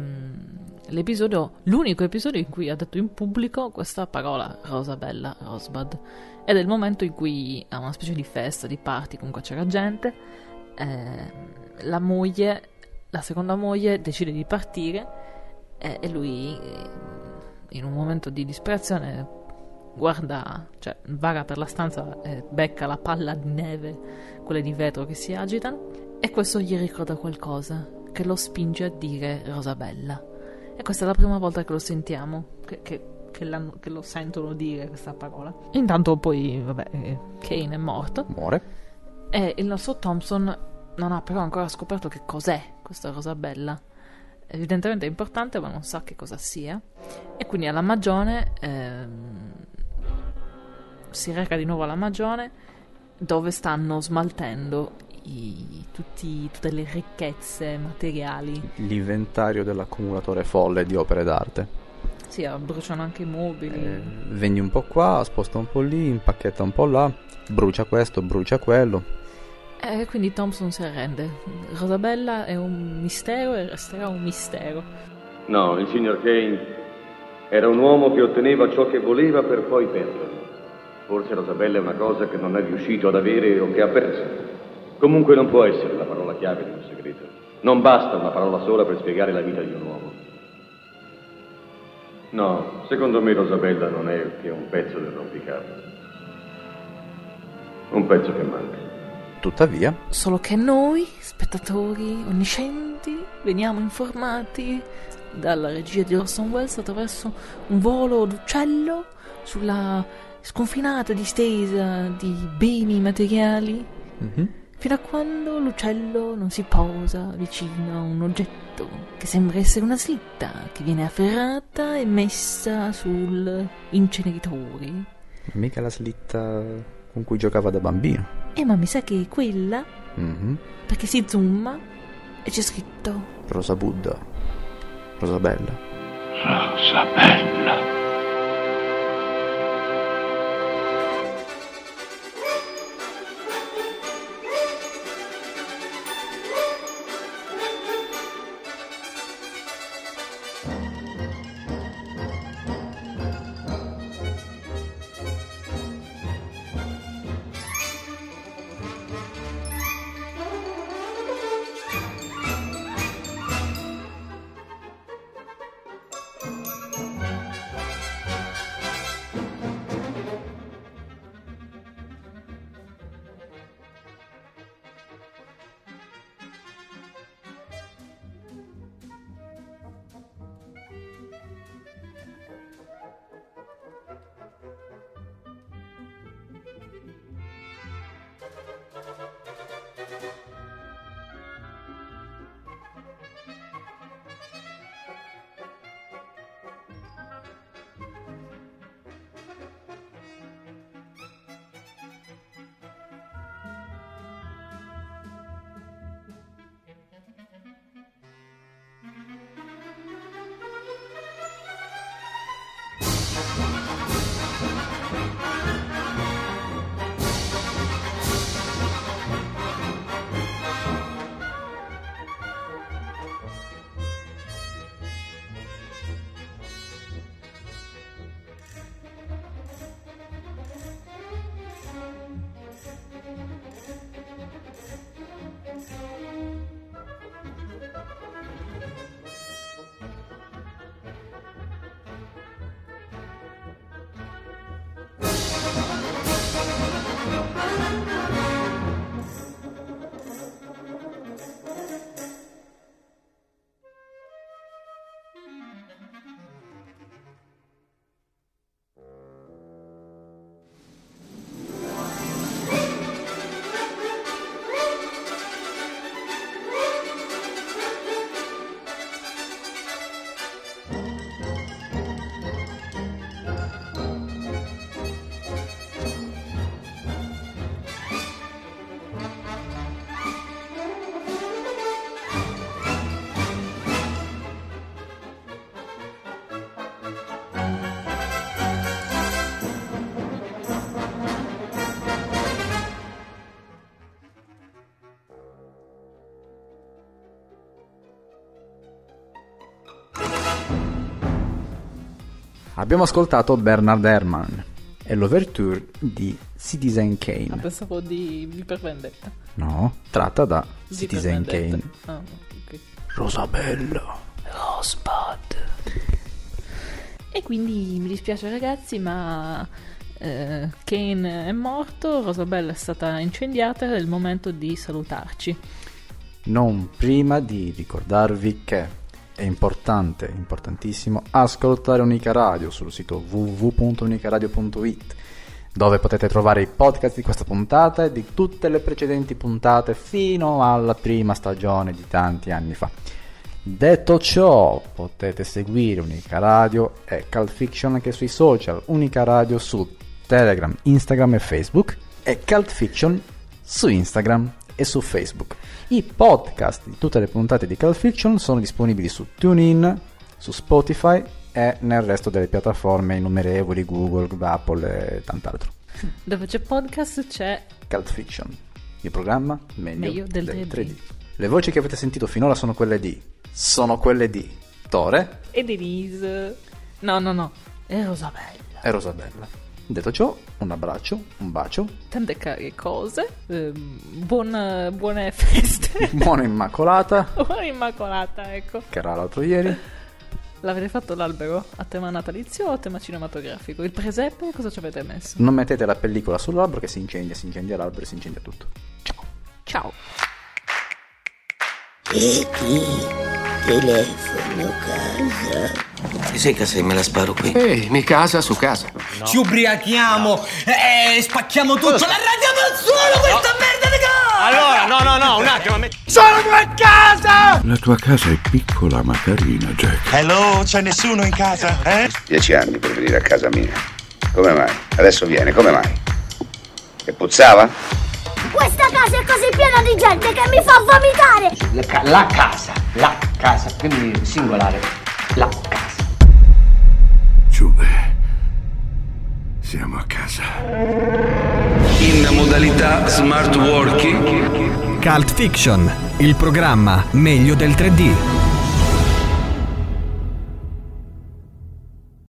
l'unico episodio in cui ha detto in pubblico questa parola, Rosabella, Rosebud. Ed è il momento in cui a una specie di festa, di party, comunque c'era gente, la seconda moglie decide di partire e lui in un momento di disperazione vaga per la stanza e becca la palla di neve, quelle di vetro che si agitano, e questo gli ricorda qualcosa che lo spinge a dire Rosabella. E questa è la prima volta che lo sentiamo, che lo sentono dire questa parola. Intanto poi, Kane è morto. Muore. E il nostro Thompson non ha però ancora scoperto che cos'è questa Rosabella. Evidentemente è importante, ma non sa che cosa sia. E quindi alla Magione si reca di nuovo alla Magione, dove stanno smaltendo tutte le ricchezze materiali. L'inventario dell'accumulatore folle di opere d'arte. Sì, bruciano anche i mobili. Vendi un po' qua, sposta un po' lì, impacchetta un po' là, brucia questo, brucia quello. E quindi Thompson si arrende. Rosabella è un mistero e resterà un mistero. No, il signor Kane era un uomo che otteneva ciò che voleva per poi perderlo. Forse Rosabella è una cosa che non è riuscito ad avere o che ha perso. Comunque non può essere la parola chiave di un segreto. Non basta una parola sola per spiegare la vita di un uomo. No, secondo me Rosabella non è che un pezzo del rompicapo. Un pezzo che manca. Tuttavia, solo che noi, spettatori onniscienti, veniamo informati dalla regia di Orson Welles attraverso un volo d'uccello sulla sconfinata distesa di beni materiali, fino a quando l'uccello non si posa vicino a un oggetto che sembra essere una slitta che viene afferrata e messa sul inceneritore. Mica la slitta con cui giocava da bambino. Ma mi sa che è quella, perché si zooma e c'è scritto Rosa Buddha, Rosabella. Rosabella. Abbiamo ascoltato Bernard Herrmann e l'ouverture di Citizen Kane. Pensavo di per Vendetta. No, tratta da Citizen Vendetta. Kane. Rosabella. Rosebud. E quindi mi dispiace ragazzi, ma Kane è morto, Rosabella è stata incendiata, è il momento di salutarci. Non prima di ricordarvi che è importante, importantissimo, ascoltare Unica Radio sul sito www.unicaradio.it, dove potete trovare i podcast di questa puntata e di tutte le precedenti puntate fino alla prima stagione di tanti anni fa. Detto ciò, potete seguire Unica Radio e Cult Fiction anche sui social, Unica Radio su Telegram, Instagram e Facebook, e Cult Fiction su Instagram e su Facebook. I podcast di tutte le puntate di Cult Fiction sono disponibili su TuneIn, su Spotify e nel resto delle piattaforme innumerevoli, Google, Apple e tant'altro. Dove c'è podcast c'è Cult Fiction, il programma meglio del 3D. 3D. Le voci che avete sentito finora sono quelle di Tore e Denise. No, è Rosabella. E Rosabella. Detto ciò, un abbraccio, un bacio. Tante care cose. Buone feste. Buona Immacolata. Buona Immacolata, ecco. Che era l'altro ieri. L'avete fatto l'albero a tema natalizio o a tema cinematografico? Il presepe cosa ci avete messo? Non mettete la pellicola sull'albero che si incendia l'albero e si incendia tutto. Ciao. E qui, telefono casa. Ti sei casa e me la sparo qui? Ehi, mi casa su casa. No. Ci ubriachiamo e spacchiamo tutto. L'arradiamo al suolo questa merda di casa! Allora, no, un attimo. Sono a casa! La tua casa è piccola ma carina, Jack. Hello, c'è nessuno in casa, eh? 10 anni per venire a casa mia. Come mai? Adesso viene, come mai? E puzzava? Questa casa è così piena di gente che mi fa vomitare! La casa, quindi singolare. La casa. Giube, siamo a casa. In modalità smart working. Cult Fiction, il programma meglio del 3D.